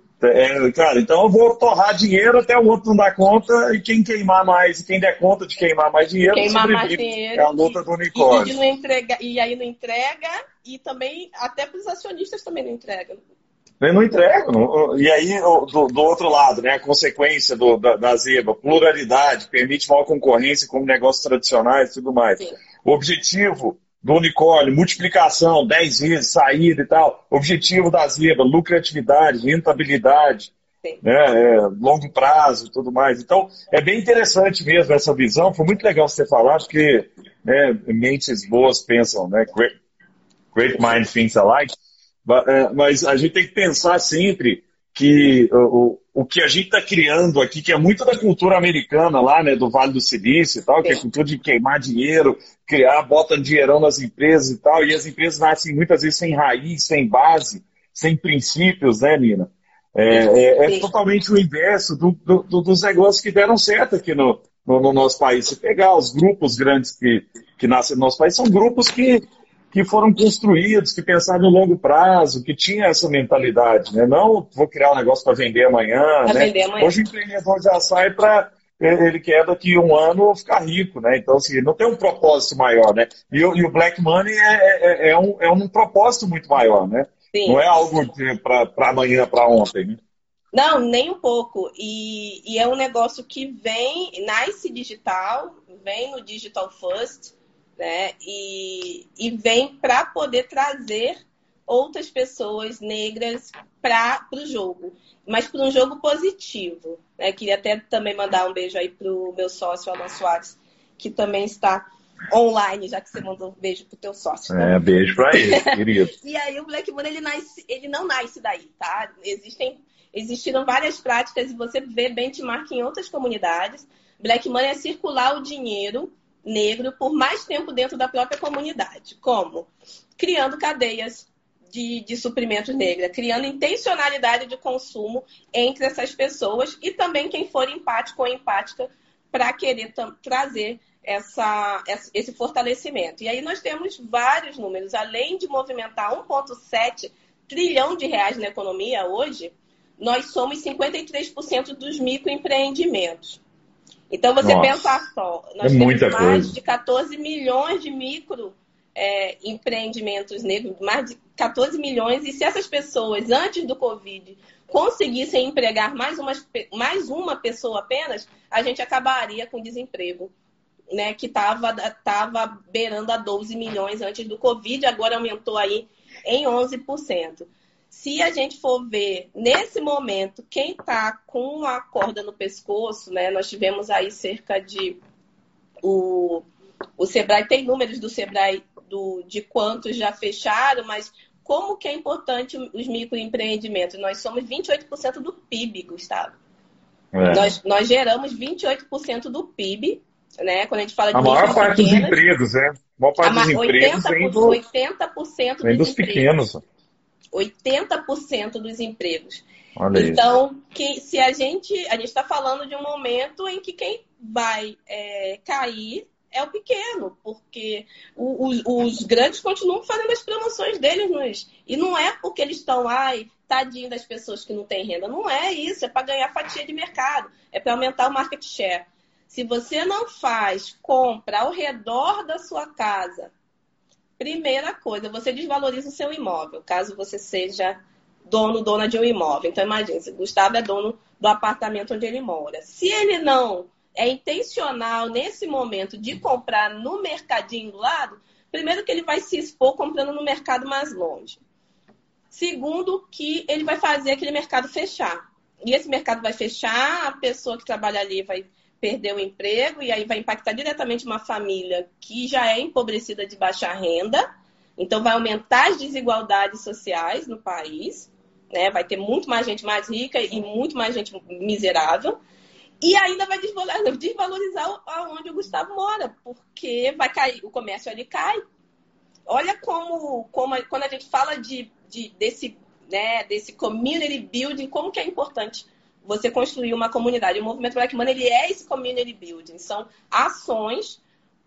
B: Cara, então eu vou torrar dinheiro até o outro não dar conta e quem queimar mais, e quem der conta de queimar mais dinheiro,
A: dinheiro,
B: é a luta do unicórnio.
A: E aí não entrega, e também até para os acionistas também não entregam.
B: Não entregam. E aí, do outro lado, né, a consequência da zebra, pluralidade, permite maior concorrência como negócios tradicionais e tudo mais.
A: Sim.
B: O objetivo do unicórnio, multiplicação, 10 vezes, saída e tal. Objetivo da zebra, lucratividade, rentabilidade, né, longo prazo e tudo mais. Então, é bem interessante mesmo essa visão. Foi muito legal você falar, porque mentes boas pensam, né? Great mind thinks alike. Mas a gente tem que pensar sempre que o que a gente está criando aqui, que é muito da cultura americana lá, né, do Vale do Silício e tal, que é a cultura de queimar dinheiro, bota dinheirão nas empresas e tal, e as empresas nascem muitas vezes sem raiz, sem base, sem princípios, né, Nina? É totalmente o inverso dos negócios que deram certo aqui no nosso país. Se pegar os grupos grandes que nascem no nosso país, são grupos que foram construídos, que pensaram no longo prazo, que tinha essa mentalidade, né? Não vou criar um negócio para vender amanhã, né? Hoje o empreendedor já sai para... Ele quer daqui a um ano ficar rico, né? Então, assim, não tem um propósito maior, né? E o Black Money é um propósito muito maior, né?
A: Sim.
B: Não é algo para amanhã, para ontem, né?
A: Não, nem um pouco. E é um negócio que nasce digital, vem no Digital First, né? E vem para poder trazer outras pessoas negras para o jogo, mas para um jogo positivo, né? Queria até também mandar um beijo aí para o meu sócio, Alan Soares, que também está online, já que você mandou um beijo pro teu sócio. Né?
B: Beijo para ele, querido.
A: E aí o Black Money, ele não nasce daí, tá? Existiram várias práticas e você vê benchmark em outras comunidades. Black Money é circular o dinheiro negro por mais tempo dentro da própria comunidade. Como? Criando cadeias de suprimentos negras, criando intencionalidade de consumo entre essas pessoas e também quem for empático ou empática para querer trazer esse fortalecimento. E aí nós temos vários números. Além de movimentar 1,7 trilhão de reais na economia hoje, nós somos 53% dos microempreendimentos. Então, você
B: Nossa,
A: pensa só,
B: é
A: nós temos
B: muita
A: mais
B: coisa.
A: de 14 milhões de empreendimentos negros, mais de 14 milhões, e se essas pessoas, antes do Covid, conseguissem empregar mais uma pessoa apenas, a gente acabaria com o desemprego, né, que estava beirando a 12 milhões antes do Covid, agora aumentou aí em 11%. Se a gente for ver, nesse momento, quem está com a corda no pescoço, né, nós tivemos aí cerca de... O Sebrae tem números do Sebrae de quantos já fecharam, mas como que é importante os microempreendimentos? Nós somos 28% do PIB, Gustavo. Nós geramos 28% do PIB, né? Quando a gente fala de
B: A maior
A: micro e
B: parte dos
A: pequenas,
B: empregos, né? A maior parte dos empregos
A: 80%
B: vem
A: dos
B: dos
A: empregos.
B: pequenos.
A: 80% dos empregos.
B: Olha
A: Então, se a gente está falando de um momento em que quem vai cair é o pequeno, porque os grandes continuam fazendo as promoções deles, e não é porque eles estão, tadinho das pessoas que não têm renda. Não é isso, é para ganhar fatia de mercado, é para aumentar o market share. Se você não faz compra ao redor da sua casa, primeira coisa, você desvaloriza o seu imóvel, caso você seja dona de um imóvel. Então, imagina, se o Gustavo é dono do apartamento onde ele mora. Se ele não é intencional nesse momento de comprar no mercadinho do lado, primeiro que ele vai se expor comprando no mercado mais longe. Segundo, que ele vai fazer aquele mercado fechar. E esse mercado vai fechar, a pessoa que trabalha ali vai perder o emprego, e aí vai impactar diretamente uma família que já é empobrecida de baixa renda. Então, vai aumentar as desigualdades sociais no país, né? Vai ter muito mais gente mais rica e muito mais gente miserável. E ainda vai desvalorizar onde o Gustavo mora, porque vai cair, o comércio ali cai. Olha como quando a gente fala desse community building, como que é importante você construir uma comunidade. O movimento Black Money, ele é esse community building. São ações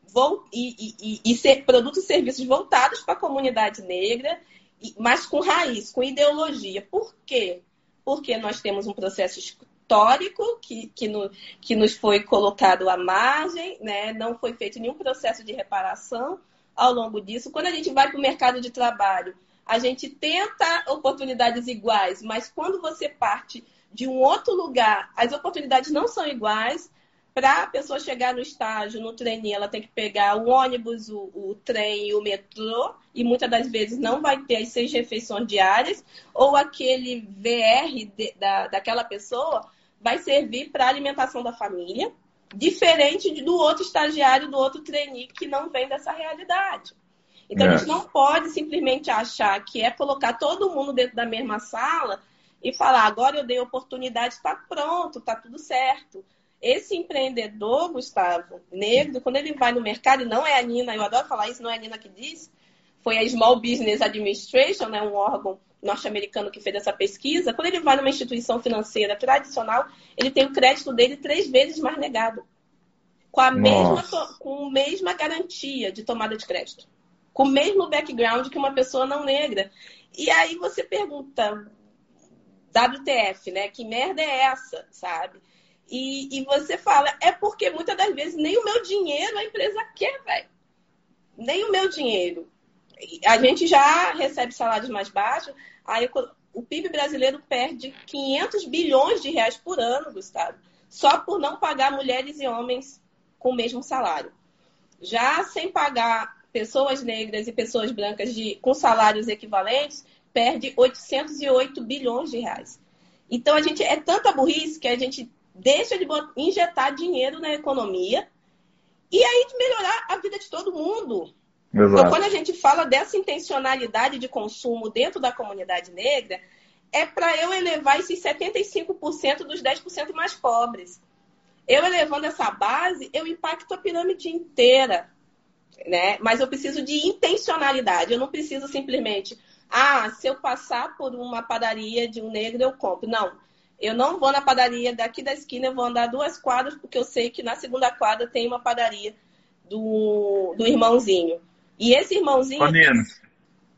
A: produtos e serviços voltados para a comunidade negra, mas com raiz, com ideologia. Por quê? Porque nós temos um processo histórico que nos foi colocado à margem, né? Não foi feito nenhum processo de reparação ao longo disso. Quando a gente vai para o mercado de trabalho, a gente tenta oportunidades iguais, mas quando você parte de um outro lugar, as oportunidades não são iguais. Para a pessoa chegar no estágio, no trainee, ela tem que pegar o ônibus, o trem e o metrô, e muitas das vezes não vai ter as 6 refeições diárias, ou aquele VR daquela pessoa vai servir para a alimentação da família, diferente do outro estagiário, do outro trainee que não vem dessa realidade. Então, a gente não pode simplesmente achar que é colocar todo mundo dentro da mesma sala e falar, agora eu dei oportunidade, está pronto, está tudo certo. Esse empreendedor, Gustavo, negro, quando ele vai no mercado, e não é a Nina, eu adoro falar isso, não é a Nina que diz, foi a Small Business Administration, né, um órgão norte-americano que fez essa pesquisa. Quando ele vai numa instituição financeira tradicional, ele tem o crédito dele 3 vezes mais negado, com a mesma garantia de tomada de crédito, com o mesmo background que uma pessoa não negra. E aí você pergunta, WTF, né? Que merda é essa, sabe? E você fala, é porque muitas das vezes nem o meu dinheiro a empresa quer, velho. Nem o meu dinheiro. A gente já recebe salários mais baixos, aí o PIB brasileiro perde 500 bilhões de reais por ano, Gustavo, só por não pagar mulheres e homens com o mesmo salário. Já sem pagar pessoas negras e pessoas brancas com salários equivalentes, perde 808 bilhões de reais. Então, é tanta burrice que a gente deixa de injetar dinheiro na economia e aí de melhorar a vida de todo mundo. Exato. Então, quando a gente fala dessa intencionalidade de consumo dentro da comunidade negra, é para eu elevar esses 75% dos 10% mais pobres. Eu elevando essa base, eu impacto a pirâmide inteira, né? Mas eu preciso de intencionalidade. Eu não preciso simplesmente, se eu passar por uma padaria de um negro, eu compro. Não. Eu não vou na padaria daqui da esquina, eu vou andar 2 quadras, porque eu sei que na segunda quadra tem uma padaria do irmãozinho. E esse irmãozinho...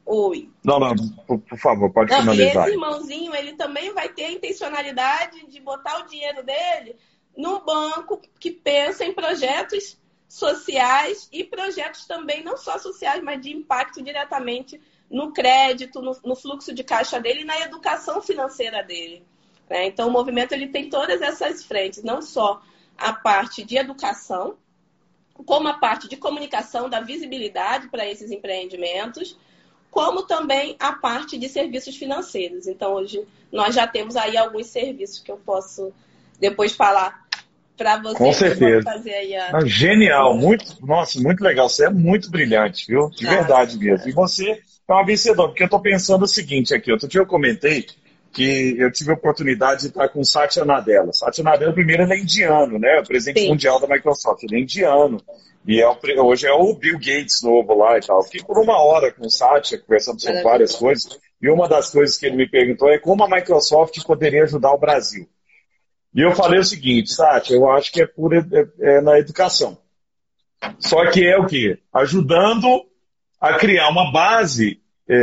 A: Oi.
B: Não, não, por favor, pode
A: Não, e
B: finalizar.
A: esse irmãozinho, ele também vai ter a intencionalidade de botar o dinheiro dele no banco que pensa em projetos sociais e projetos também, não só sociais, mas de impacto diretamente no crédito, no fluxo de caixa dele e na educação financeira dele. Né? Então, o movimento ele tem todas essas frentes, não só a parte de educação, como a parte de comunicação, da visibilidade para esses empreendimentos, como também a parte de serviços financeiros. Então, hoje, nós já temos aí alguns serviços que eu posso depois falar para vocês.
B: Com certeza.
A: Fazer aí
B: Genial, nossa, muito legal. Você é muito brilhante, viu? De verdade mesmo. E você é uma vencedora, porque eu estou pensando o seguinte aqui. Outro dia eu comentei que eu tive a oportunidade de estar com o Satya Nadella. Satya Nadella, primeiro, ele é indiano, né? O presidente mundial da Microsoft. Ele é indiano. E hoje é o Bill Gates novo lá e tal. Fiquei por uma hora com o Satya, conversando sobre várias coisas. E uma das coisas que ele me perguntou é como a Microsoft poderia ajudar o Brasil. E eu falei o seguinte, Satya, eu acho que é na educação. Só que é o quê? Ajudando a criar uma base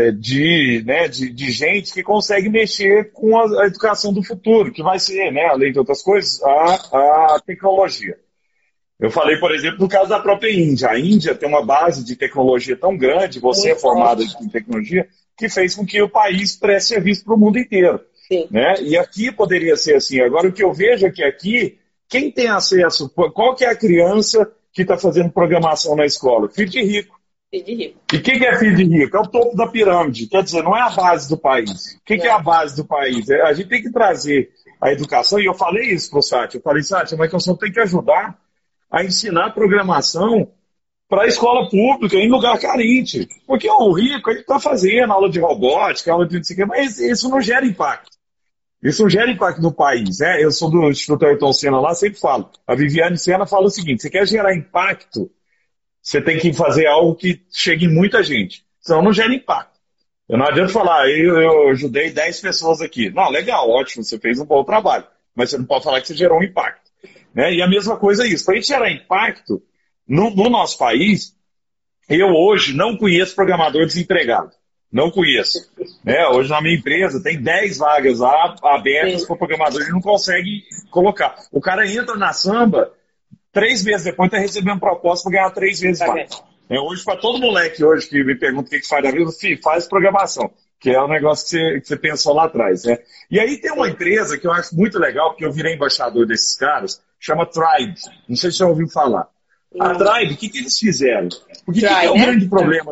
B: de gente que consegue mexer com a educação do futuro, que vai ser, né, além de outras coisas, a tecnologia. Eu falei, por exemplo, no caso da própria Índia. A Índia tem uma base de tecnologia tão grande, você é formado em tecnologia, que fez com que o país preste serviço para o mundo inteiro. Né? E aqui poderia ser assim. Agora, o que eu vejo é que aqui, quem tem acesso, qual que é a criança que está fazendo programação na escola? Filho de rico.
A: Filho de rico.
B: E quem que é filho de rico? É o topo da pirâmide. Quer dizer, não é a base do país. O que é a base do país? A gente tem que trazer a educação, e eu falei isso para o Satya. Eu falei, Satya, a Microsoft tem que ajudar a ensinar programação para a escola pública, em lugar carente. Porque o rico, ele está fazendo aula de robótica, aula de não sei o quê, mas isso não gera impacto. Isso não gera impacto no país. Né? Eu sou do Instituto Ayrton Senna lá, sempre falo. A Viviane Senna fala o seguinte, você quer gerar impacto, você tem que fazer algo que chegue em muita gente. Senão não gera impacto. Eu não adianta falar, eu ajudei 10 pessoas aqui. Não, legal, ótimo, você fez um bom trabalho. Mas você não pode falar que você gerou um impacto. Né? E a mesma coisa é isso. Para a gente gerar impacto no nosso país, eu hoje não conheço programador desempregado. Não conheço. Né? Hoje na minha empresa tem 10 vagas lá abertas para programador e não consegue colocar. O cara entra na Samba, 3 meses depois está recebendo proposta para ganhar 3 vezes mais. Hoje, para todo moleque hoje que me pergunta o que faz da vida, faz programação, que é um negócio que você pensou lá atrás. Né? E aí tem uma empresa que eu acho muito legal, porque eu virei embaixador desses caras, chama Tribe. Não sei se você já ouviu falar. A Tribe, o que eles fizeram? Porque o que é o grande problema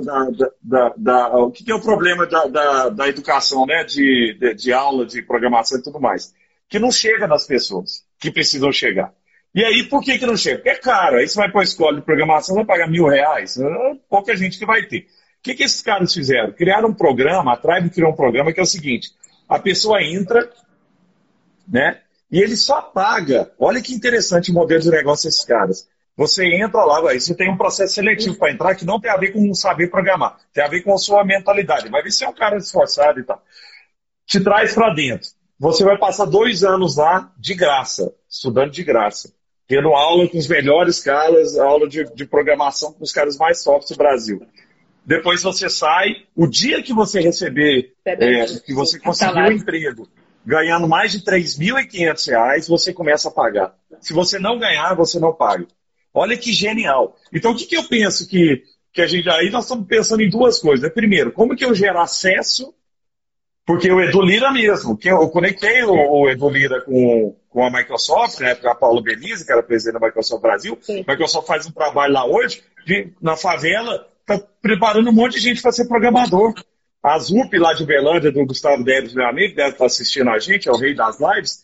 B: o que é o problema da educação, né? De aula, de programação e tudo mais? Que não chega nas pessoas que precisam chegar. E aí, por que não chega? Porque é caro. Aí você vai para a escola de programação, vai pagar R$1.000. Pouca gente que vai ter. O que esses caras fizeram? Criaram um programa, a Tribe criou um programa que é o seguinte, a pessoa entra, né? E ele só paga. Olha que interessante o modelo de negócio desses caras. Você entra lá, aí você tem um processo seletivo para entrar que não tem a ver com saber programar, tem a ver com a sua mentalidade. Vai ver se é um cara esforçado e tal. Te traz para dentro. Você vai passar 2 anos lá de graça, estudando de graça, tendo aula com os melhores caras, aula de programação com os caras mais tops do Brasil. Depois você sai, o dia que você receber, que você conseguiu um emprego, ganhando mais de R$3.500, você começa a pagar. Se você não ganhar, você não paga. Olha que genial. Então, o que eu penso que a gente... Aí nós estamos pensando em 2 coisas. Primeiro, como que eu gero acesso? Porque o Edu Lyra mesmo, que eu conectei o Edu Lyra com a Microsoft, né, com a Paula Belize, que era presidente da Microsoft Brasil. A Microsoft faz um trabalho lá hoje, na favela, está preparando um monte de gente para ser programador. A Zup, lá de Uberlândia, do Gustavo Deves, meu amigo, deve estar assistindo a gente, é o rei das lives.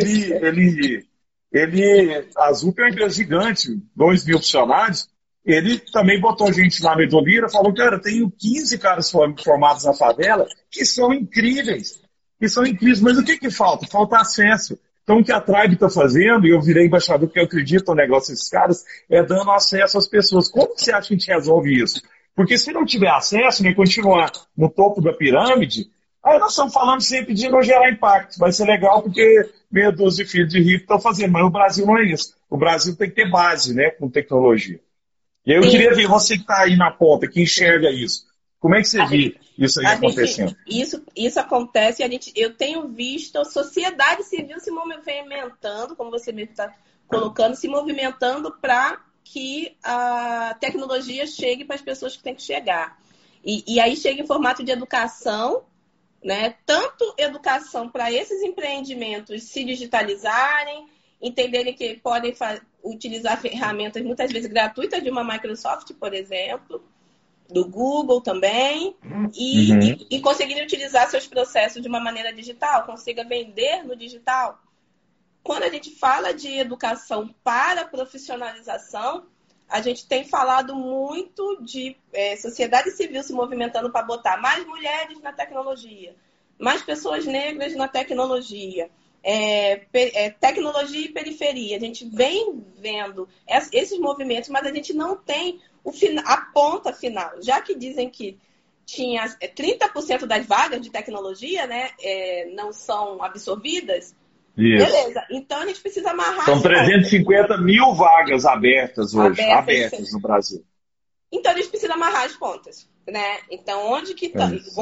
B: A Zup é uma empresa gigante, 2.000 funcionários. Ele também botou gente lá no Edu Lyra, falou, cara, eu tenho 15 caras formados na favela que são incríveis. Mas o que falta? Falta acesso. Então, o que a Tribe está fazendo, e eu virei embaixador porque eu acredito no negócio desses caras, é dando acesso às pessoas. Como você acha que a gente resolve isso? Porque se não tiver acesso, nem continuar no topo da pirâmide, aí nós estamos falando sempre de não gerar impacto. Vai ser legal porque meia dúzia de filhos de rico estão fazendo, mas o Brasil não é isso. O Brasil tem que ter base, né, com tecnologia. E aí eu queria ver você que está aí na ponta, que enxerga isso. Como é que você vê isso aí acontecendo?
A: Isso acontece, eu tenho visto a sociedade civil se movimentando, como você mesmo está colocando, se movimentando para que a tecnologia chegue para as pessoas que têm que chegar. E aí chega em formato de educação, né? Tanto educação para esses empreendimentos se digitalizarem, entenderem que podem utilizar ferramentas muitas vezes gratuitas de uma Microsoft, por exemplo, do Google também, e conseguirem utilizar seus processos de uma maneira digital, consiga vender no digital. Quando a gente fala de educação para profissionalização, a gente tem falado muito de sociedade civil se movimentando para botar mais mulheres na tecnologia, mais pessoas negras na tecnologia, tecnologia e periferia. A gente vem vendo esses movimentos, mas a gente não tem a ponta final. Já que dizem que tinha 30% das vagas de tecnologia, né, não são absorvidas,
B: isso.
A: Beleza, então a gente precisa amarrar.
B: São 350 mil vagas abertas hoje, abertas no Brasil.
A: Então a gente precisa amarrar as pontas, né? Então onde que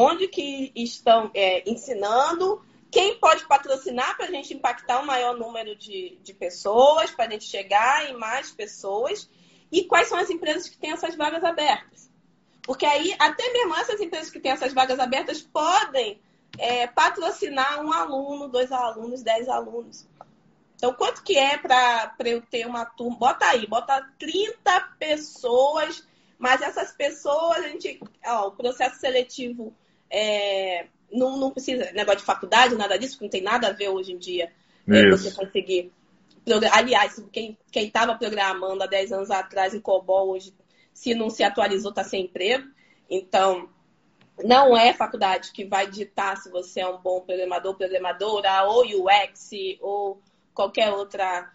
A: estão ensinando, quem pode patrocinar para a gente impactar um maior número de pessoas, para a gente chegar em mais pessoas, e quais são as empresas que têm essas vagas abertas. Porque aí, até mesmo essas empresas que têm essas vagas abertas podem patrocinar um aluno, 2 alunos, 10 alunos. Então, quanto que é para eu ter uma turma? Bota 30 pessoas, mas essas pessoas, o processo seletivo não precisa, negócio de faculdade, nada disso, que não tem nada a ver hoje em dia. Você conseguir. Aliás, quem estava programando há 10 anos atrás em COBOL, hoje, se não se atualizou, está sem emprego. Então, não é faculdade que vai ditar se você é um bom programador, programadora, ou UX, ou qualquer outra,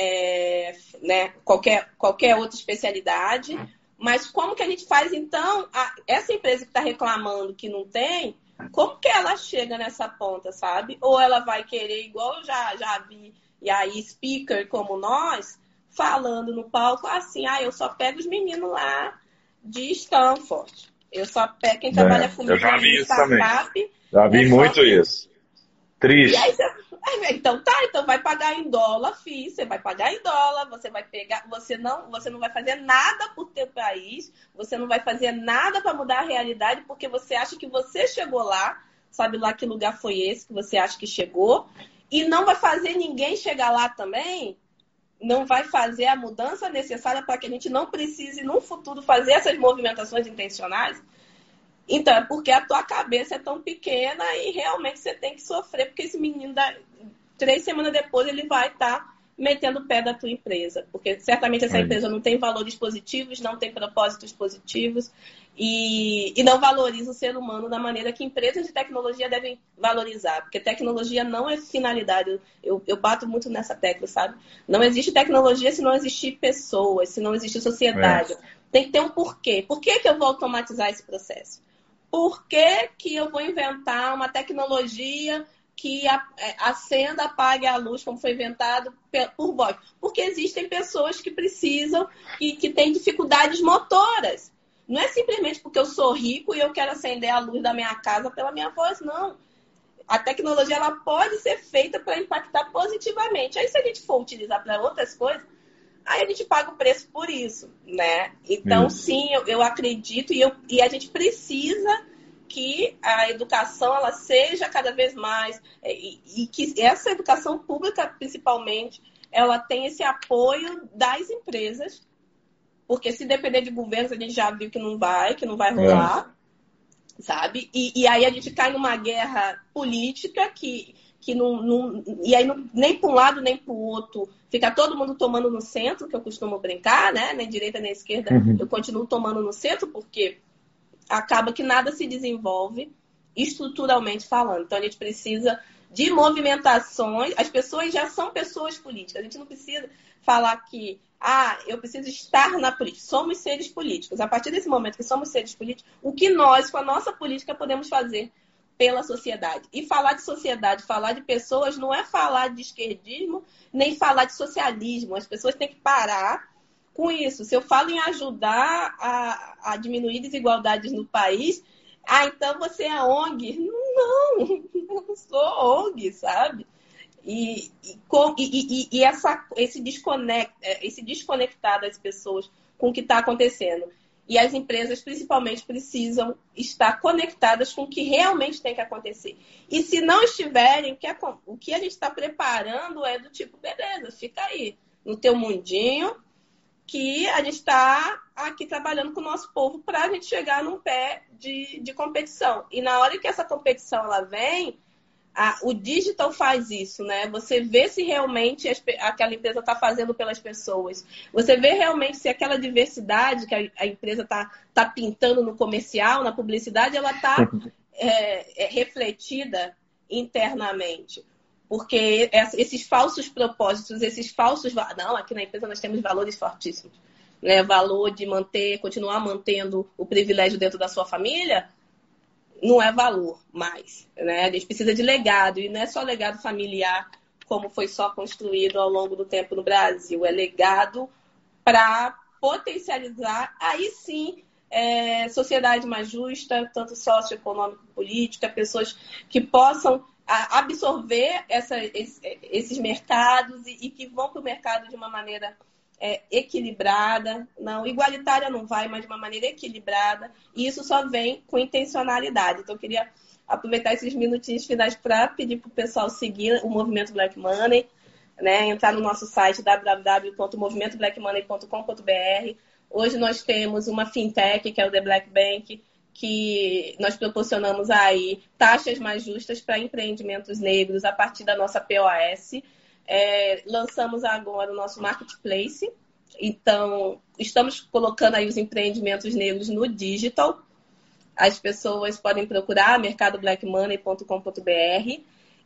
A: qualquer outra especialidade. Mas como que a gente faz, então, essa empresa que está reclamando que não tem, como que ela chega nessa ponta, sabe? Ou ela vai querer, igual eu já vi, e aí speaker como nós, falando no palco assim, eu só pego os meninos lá de Stanford. Eu só pego quem trabalha comigo.
B: Eu já vi isso também.
A: Já
B: vi muito isso. Triste.
A: Então vai pagar em dólar, filho. Você vai pagar em dólar, você vai pegar, você não vai fazer nada por teu país, você não vai fazer nada para mudar a realidade, porque você acha que você chegou lá, sabe lá que lugar foi esse que você acha que chegou, e não vai fazer ninguém chegar lá também. Não vai fazer a mudança necessária para que a gente não precise, no futuro, fazer essas movimentações intencionais. Então, é porque a tua cabeça é tão pequena e realmente você tem que sofrer, porque esse menino, 3 semanas depois, ele vai estar metendo o pé da tua empresa. Porque certamente essa empresa não tem valores positivos, não tem propósitos positivos e não valoriza o ser humano da maneira que empresas de tecnologia devem valorizar. Porque tecnologia não é finalidade. Eu bato muito nessa tecla, sabe? Não existe tecnologia se não existir pessoas, se não existir sociedade. Tem que ter um porquê. Por que eu vou automatizar esse processo? Por que eu vou inventar uma tecnologia que acenda, apague a luz, como foi inventado por voz? Porque existem pessoas que precisam, que têm dificuldades motoras. Não é simplesmente porque eu sou rico e eu quero acender a luz da minha casa pela minha voz, não. A tecnologia ela pode ser feita para impactar positivamente. Aí, se a gente for utilizar para outras coisas, aí a gente paga o preço por isso, né? Então, sim, eu acredito e a gente precisa que a educação ela seja cada vez mais e que essa educação pública, principalmente, ela tenha esse apoio das empresas, porque se depender de governos, a gente já viu que não vai rolar, sabe? E aí a gente cai numa guerra política que não, e aí nem para um lado nem para o outro fica todo mundo tomando no centro, que eu costumo brincar, né? Nem direita nem esquerda, eu continuo tomando no centro, porque acaba que nada se desenvolve estruturalmente falando. Então a gente precisa de movimentações. As pessoas já são pessoas políticas. A gente não precisa falar que eu preciso estar na política. Somos seres políticos. A partir desse momento que somos seres políticos, o que nós, com a nossa política, podemos fazer pela sociedade. E falar de sociedade, falar de pessoas, não é falar de esquerdismo, nem falar de socialismo. As pessoas têm que parar com isso. Se eu falo em ajudar a diminuir desigualdades no país, Ah, então você é ONG? Não, eu não sou ONG, sabe? Esse desconectar das pessoas com o que está acontecendo. E as empresas, principalmente, precisam estar conectadas com o que realmente tem que acontecer. E se não estiverem, o que a gente está preparando é do tipo, beleza, fica aí, no teu mundinho, que a gente está aqui trabalhando com o nosso povo para a gente chegar num pé de competição. E na hora que essa competição ela vem, o digital faz isso, né? Você vê se realmente aquela empresa está fazendo pelas pessoas. Você vê realmente se aquela diversidade que a empresa tá pintando no comercial, na publicidade, ela está refletida internamente. Porque esses falsos propósitos, esses falsos... Não, aqui na empresa nós temos valores fortíssimos. Né? Valor de continuar mantendo o privilégio dentro da sua família, não é valor mais, né? A gente precisa de legado, e não é só legado familiar, como foi só construído ao longo do tempo no Brasil. É legado para potencializar, aí sim, sociedade mais justa, tanto socioeconômico, política, pessoas que possam absorver esses mercados e que vão para o mercado de uma maneira equilibrada, não igualitária não vai, mas de uma maneira equilibrada, e isso só vem com intencionalidade. Então eu queria aproveitar esses minutinhos finais para pedir para o pessoal seguir o Movimento Black Money, né? Entrar no nosso site www.movimentoblackmoney.com.br. Hoje nós temos uma fintech, que é o The Black Bank, que nós proporcionamos aí taxas mais justas para empreendimentos negros a partir da nossa POS. Lançamos agora o nosso marketplace, então estamos colocando aí os empreendimentos negros no digital. As pessoas podem procurar mercadoblackmoney.com.br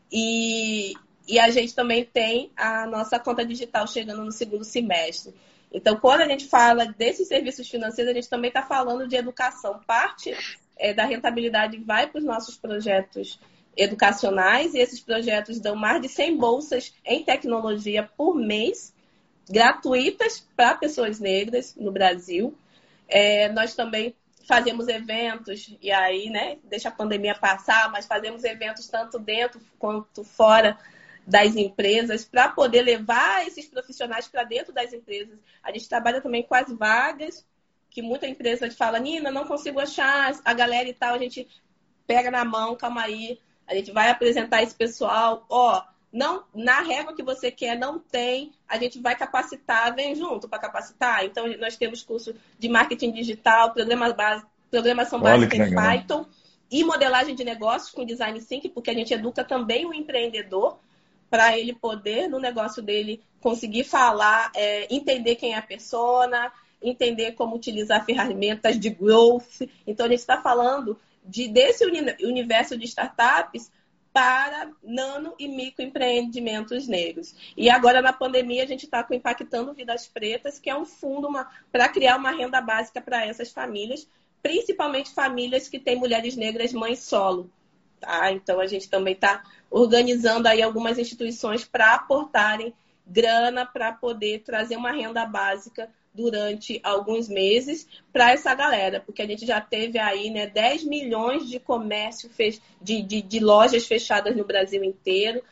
A: e a gente também tem a nossa conta digital chegando no segundo semestre. Então, quando a gente fala desses serviços financeiros, a gente também está falando de educação. Parte da rentabilidade vai para os nossos projetos educacionais, e esses projetos dão mais de 100 bolsas em tecnologia por mês, gratuitas para pessoas negras no Brasil. Nós também fazemos eventos, e aí, né, deixa a pandemia passar, mas fazemos eventos tanto dentro quanto fora das empresas para poder levar esses profissionais para dentro das empresas. A gente trabalha também com as vagas, que muita empresa fala, Nina, não consigo achar a galera e tal, a gente pega na mão, calma aí, a gente vai apresentar esse pessoal, não, na régua que você quer não tem, a gente vai capacitar, vem junto para capacitar. Então, nós temos curso de marketing digital, programação básica em Python e modelagem de negócios com design thinking, porque a gente educa também o empreendedor para ele poder, no negócio dele, conseguir falar, entender quem é a persona, entender como utilizar ferramentas de growth. Então, a gente está falando desse universo de startups para nano e microempreendimentos negros. E agora, na pandemia, a gente está com Impactando Vidas Pretas, que é um fundo para criar uma renda básica para essas famílias, principalmente famílias que têm mulheres negras mães solo. Tá? Então, a gente também está organizando aí algumas instituições para aportarem grana para poder trazer uma renda básica durante alguns meses para essa galera, porque a gente já teve aí, né, 10 milhões de comércio de lojas fechadas no Brasil inteiro,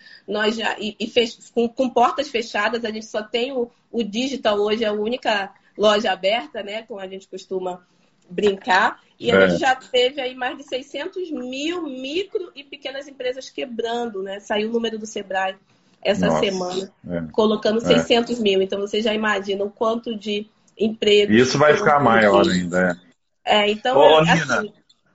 A: com portas fechadas. A gente só tem o digital hoje, é a única loja aberta, né, como a gente costuma brincar, e a gente já teve aí mais de 600 mil micro e pequenas empresas quebrando, né? Saiu o número do Sebrae essa semana, colocando 600 mil. Então, você já imagina o quanto de empregos...
B: Isso vai ficar maior ainda.
A: Então, assim...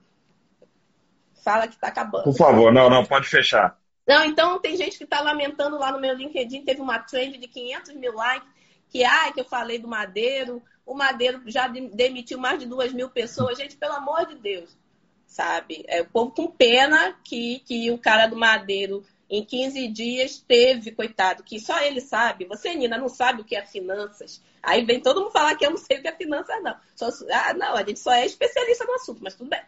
A: Fala que está acabando.
B: Por favor, não, pode fechar.
A: Não, então, tem gente que está lamentando lá no meu LinkedIn, teve uma trend de 500 mil likes, que eu falei do Madeiro, o Madeiro já demitiu mais de 2 mil pessoas. Gente, pelo amor de Deus, sabe? O povo com pena que o cara do Madeiro... Em 15 dias teve, coitado, que só ele sabe. Você, Nina, não sabe o que é finanças. Aí vem todo mundo falar que eu não sei o que é finanças, não. Não, a gente só é especialista no assunto, mas tudo bem.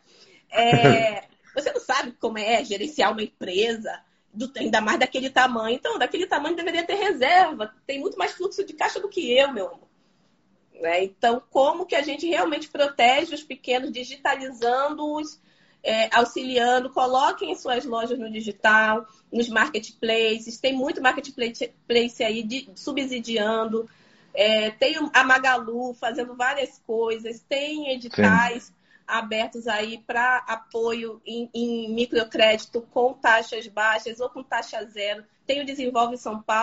A: Você não sabe como é gerenciar uma empresa, ainda mais daquele tamanho. Então, daquele tamanho deveria ter reserva. Tem muito mais fluxo de caixa do que eu, meu amor. Então, como que a gente realmente protege os pequenos, digitalizando-os, auxiliando, coloquem suas lojas no digital, nos marketplaces, tem muito marketplace aí subsidiando, tem a Magalu fazendo várias coisas, tem editais abertos aí para apoio em microcrédito com taxas baixas ou com taxa zero. Tem o Desenvolve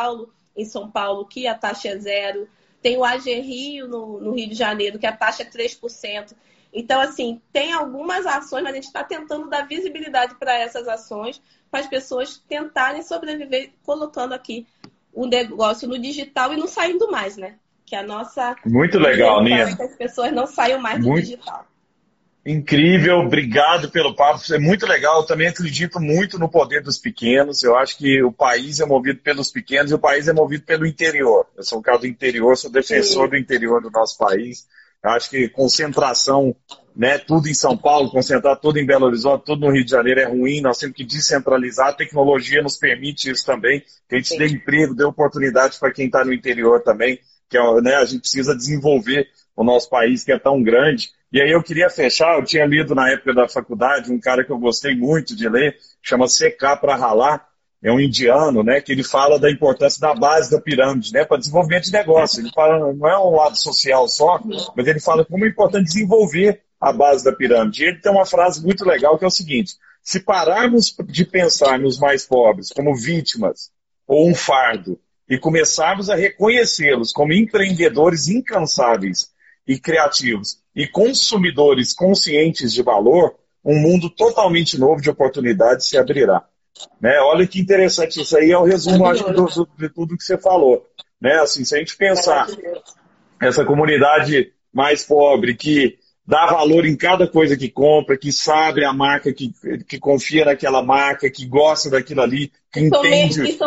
A: em São Paulo, que a taxa é zero. Tem o AG Rio no Rio de Janeiro, que a taxa é 3%. Então, assim, tem algumas ações, mas a gente está tentando dar visibilidade para essas ações, para as pessoas tentarem sobreviver colocando aqui o negócio no digital e não saindo mais, né? Que a nossa...
B: Muito legal, Nina.
A: É que as pessoas não saiam mais do digital.
B: Incrível, obrigado pelo papo, é muito legal. Eu também acredito muito no poder dos pequenos. Eu acho que o país é movido pelos pequenos e o país é movido pelo interior. Eu sou um cara do interior, sou defensor do interior do nosso país. Eu acho que concentração, né, tudo em São Paulo, concentrar tudo em Belo Horizonte, tudo no Rio de Janeiro é ruim. Nós temos que descentralizar. A tecnologia nos permite isso também, que a gente dê emprego, dê oportunidade para quem está no interior também, que né, a gente precisa desenvolver o nosso país, que é tão grande. E aí eu queria fechar, eu tinha lido na época da faculdade um cara que eu gostei muito de ler, chama C.K. para Ralar, é um indiano, né, que ele fala da importância da base da pirâmide, né, para desenvolvimento de negócio. Ele fala, não é um lado social só, mas ele fala como é importante desenvolver a base da pirâmide. E ele tem uma frase muito legal que é o seguinte: se pararmos de pensar nos mais pobres como vítimas ou um fardo e começarmos a reconhecê-los como empreendedores incansáveis e criativos e consumidores conscientes de valor, um mundo totalmente novo de oportunidades se abrirá. Né? Olha que interessante, isso aí é o resumo, acho, de tudo que você falou. Né? Assim, se a gente pensar essa comunidade mais pobre que dá valor em cada coisa que compra, que sabe a marca, que confia naquela marca, que gosta daquilo ali, que entende...
A: E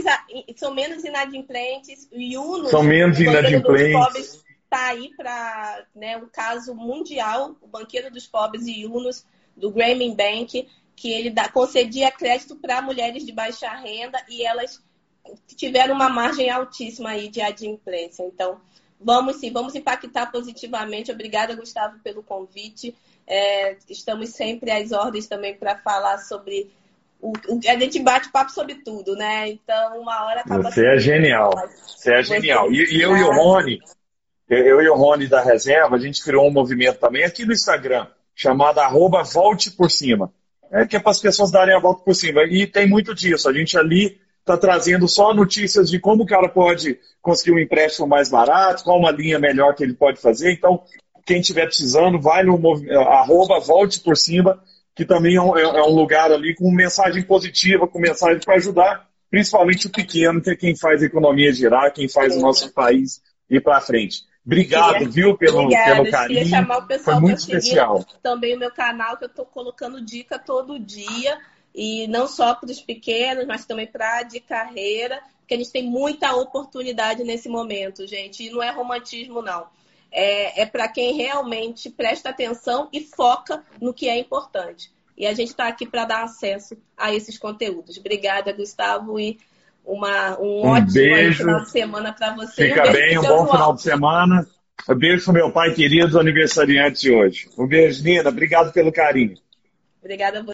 A: são menos inadimplentes, e UNOS,
B: são menos inadimplentes.
A: Está aí para, né, um caso mundial, o Banqueiro dos Pobres e UNOS, do Grameen Bank, que ele concedia crédito para mulheres de baixa renda e elas tiveram uma margem altíssima aí de adimplência. Então, vamos impactar positivamente. Obrigada, Gustavo, pelo convite. Estamos sempre às ordens também para falar sobre... A gente bate papo sobre tudo, né? Então, uma hora acaba...
B: Você é genial. Você é genial. E eu e o Rony... Eu e o Rony da Reserva, a gente criou um movimento também aqui no Instagram, chamado @volteporcima, que é para as pessoas darem a volta por cima. E tem muito disso. A gente ali está trazendo só notícias de como o cara pode conseguir um empréstimo mais barato, qual uma linha melhor que ele pode fazer. Então, quem estiver precisando, vai no @volteporcima, que também é um lugar ali com mensagem positiva, com mensagem para ajudar, principalmente o pequeno, que é quem faz a economia girar, quem faz o nosso país ir para frente. Obrigado, viu, pelo carinho.
A: Queria chamar o pessoal
B: foi muito especial.
A: Também o meu canal, que eu estou colocando dica todo dia, e não só para os pequenos, mas também para de carreira, porque a gente tem muita oportunidade nesse momento, gente, e não é romantismo, não. É para quem realmente presta atenção e foca no que é importante. E a gente está aqui para dar acesso a esses conteúdos. Obrigada, Gustavo, e um ótimo final de semana para você.
B: Fica bem, um bom final de semana. Um beijo pro meu pai querido, aniversariante de hoje. Um beijo, Nina. Obrigado pelo carinho.
A: Obrigada a você.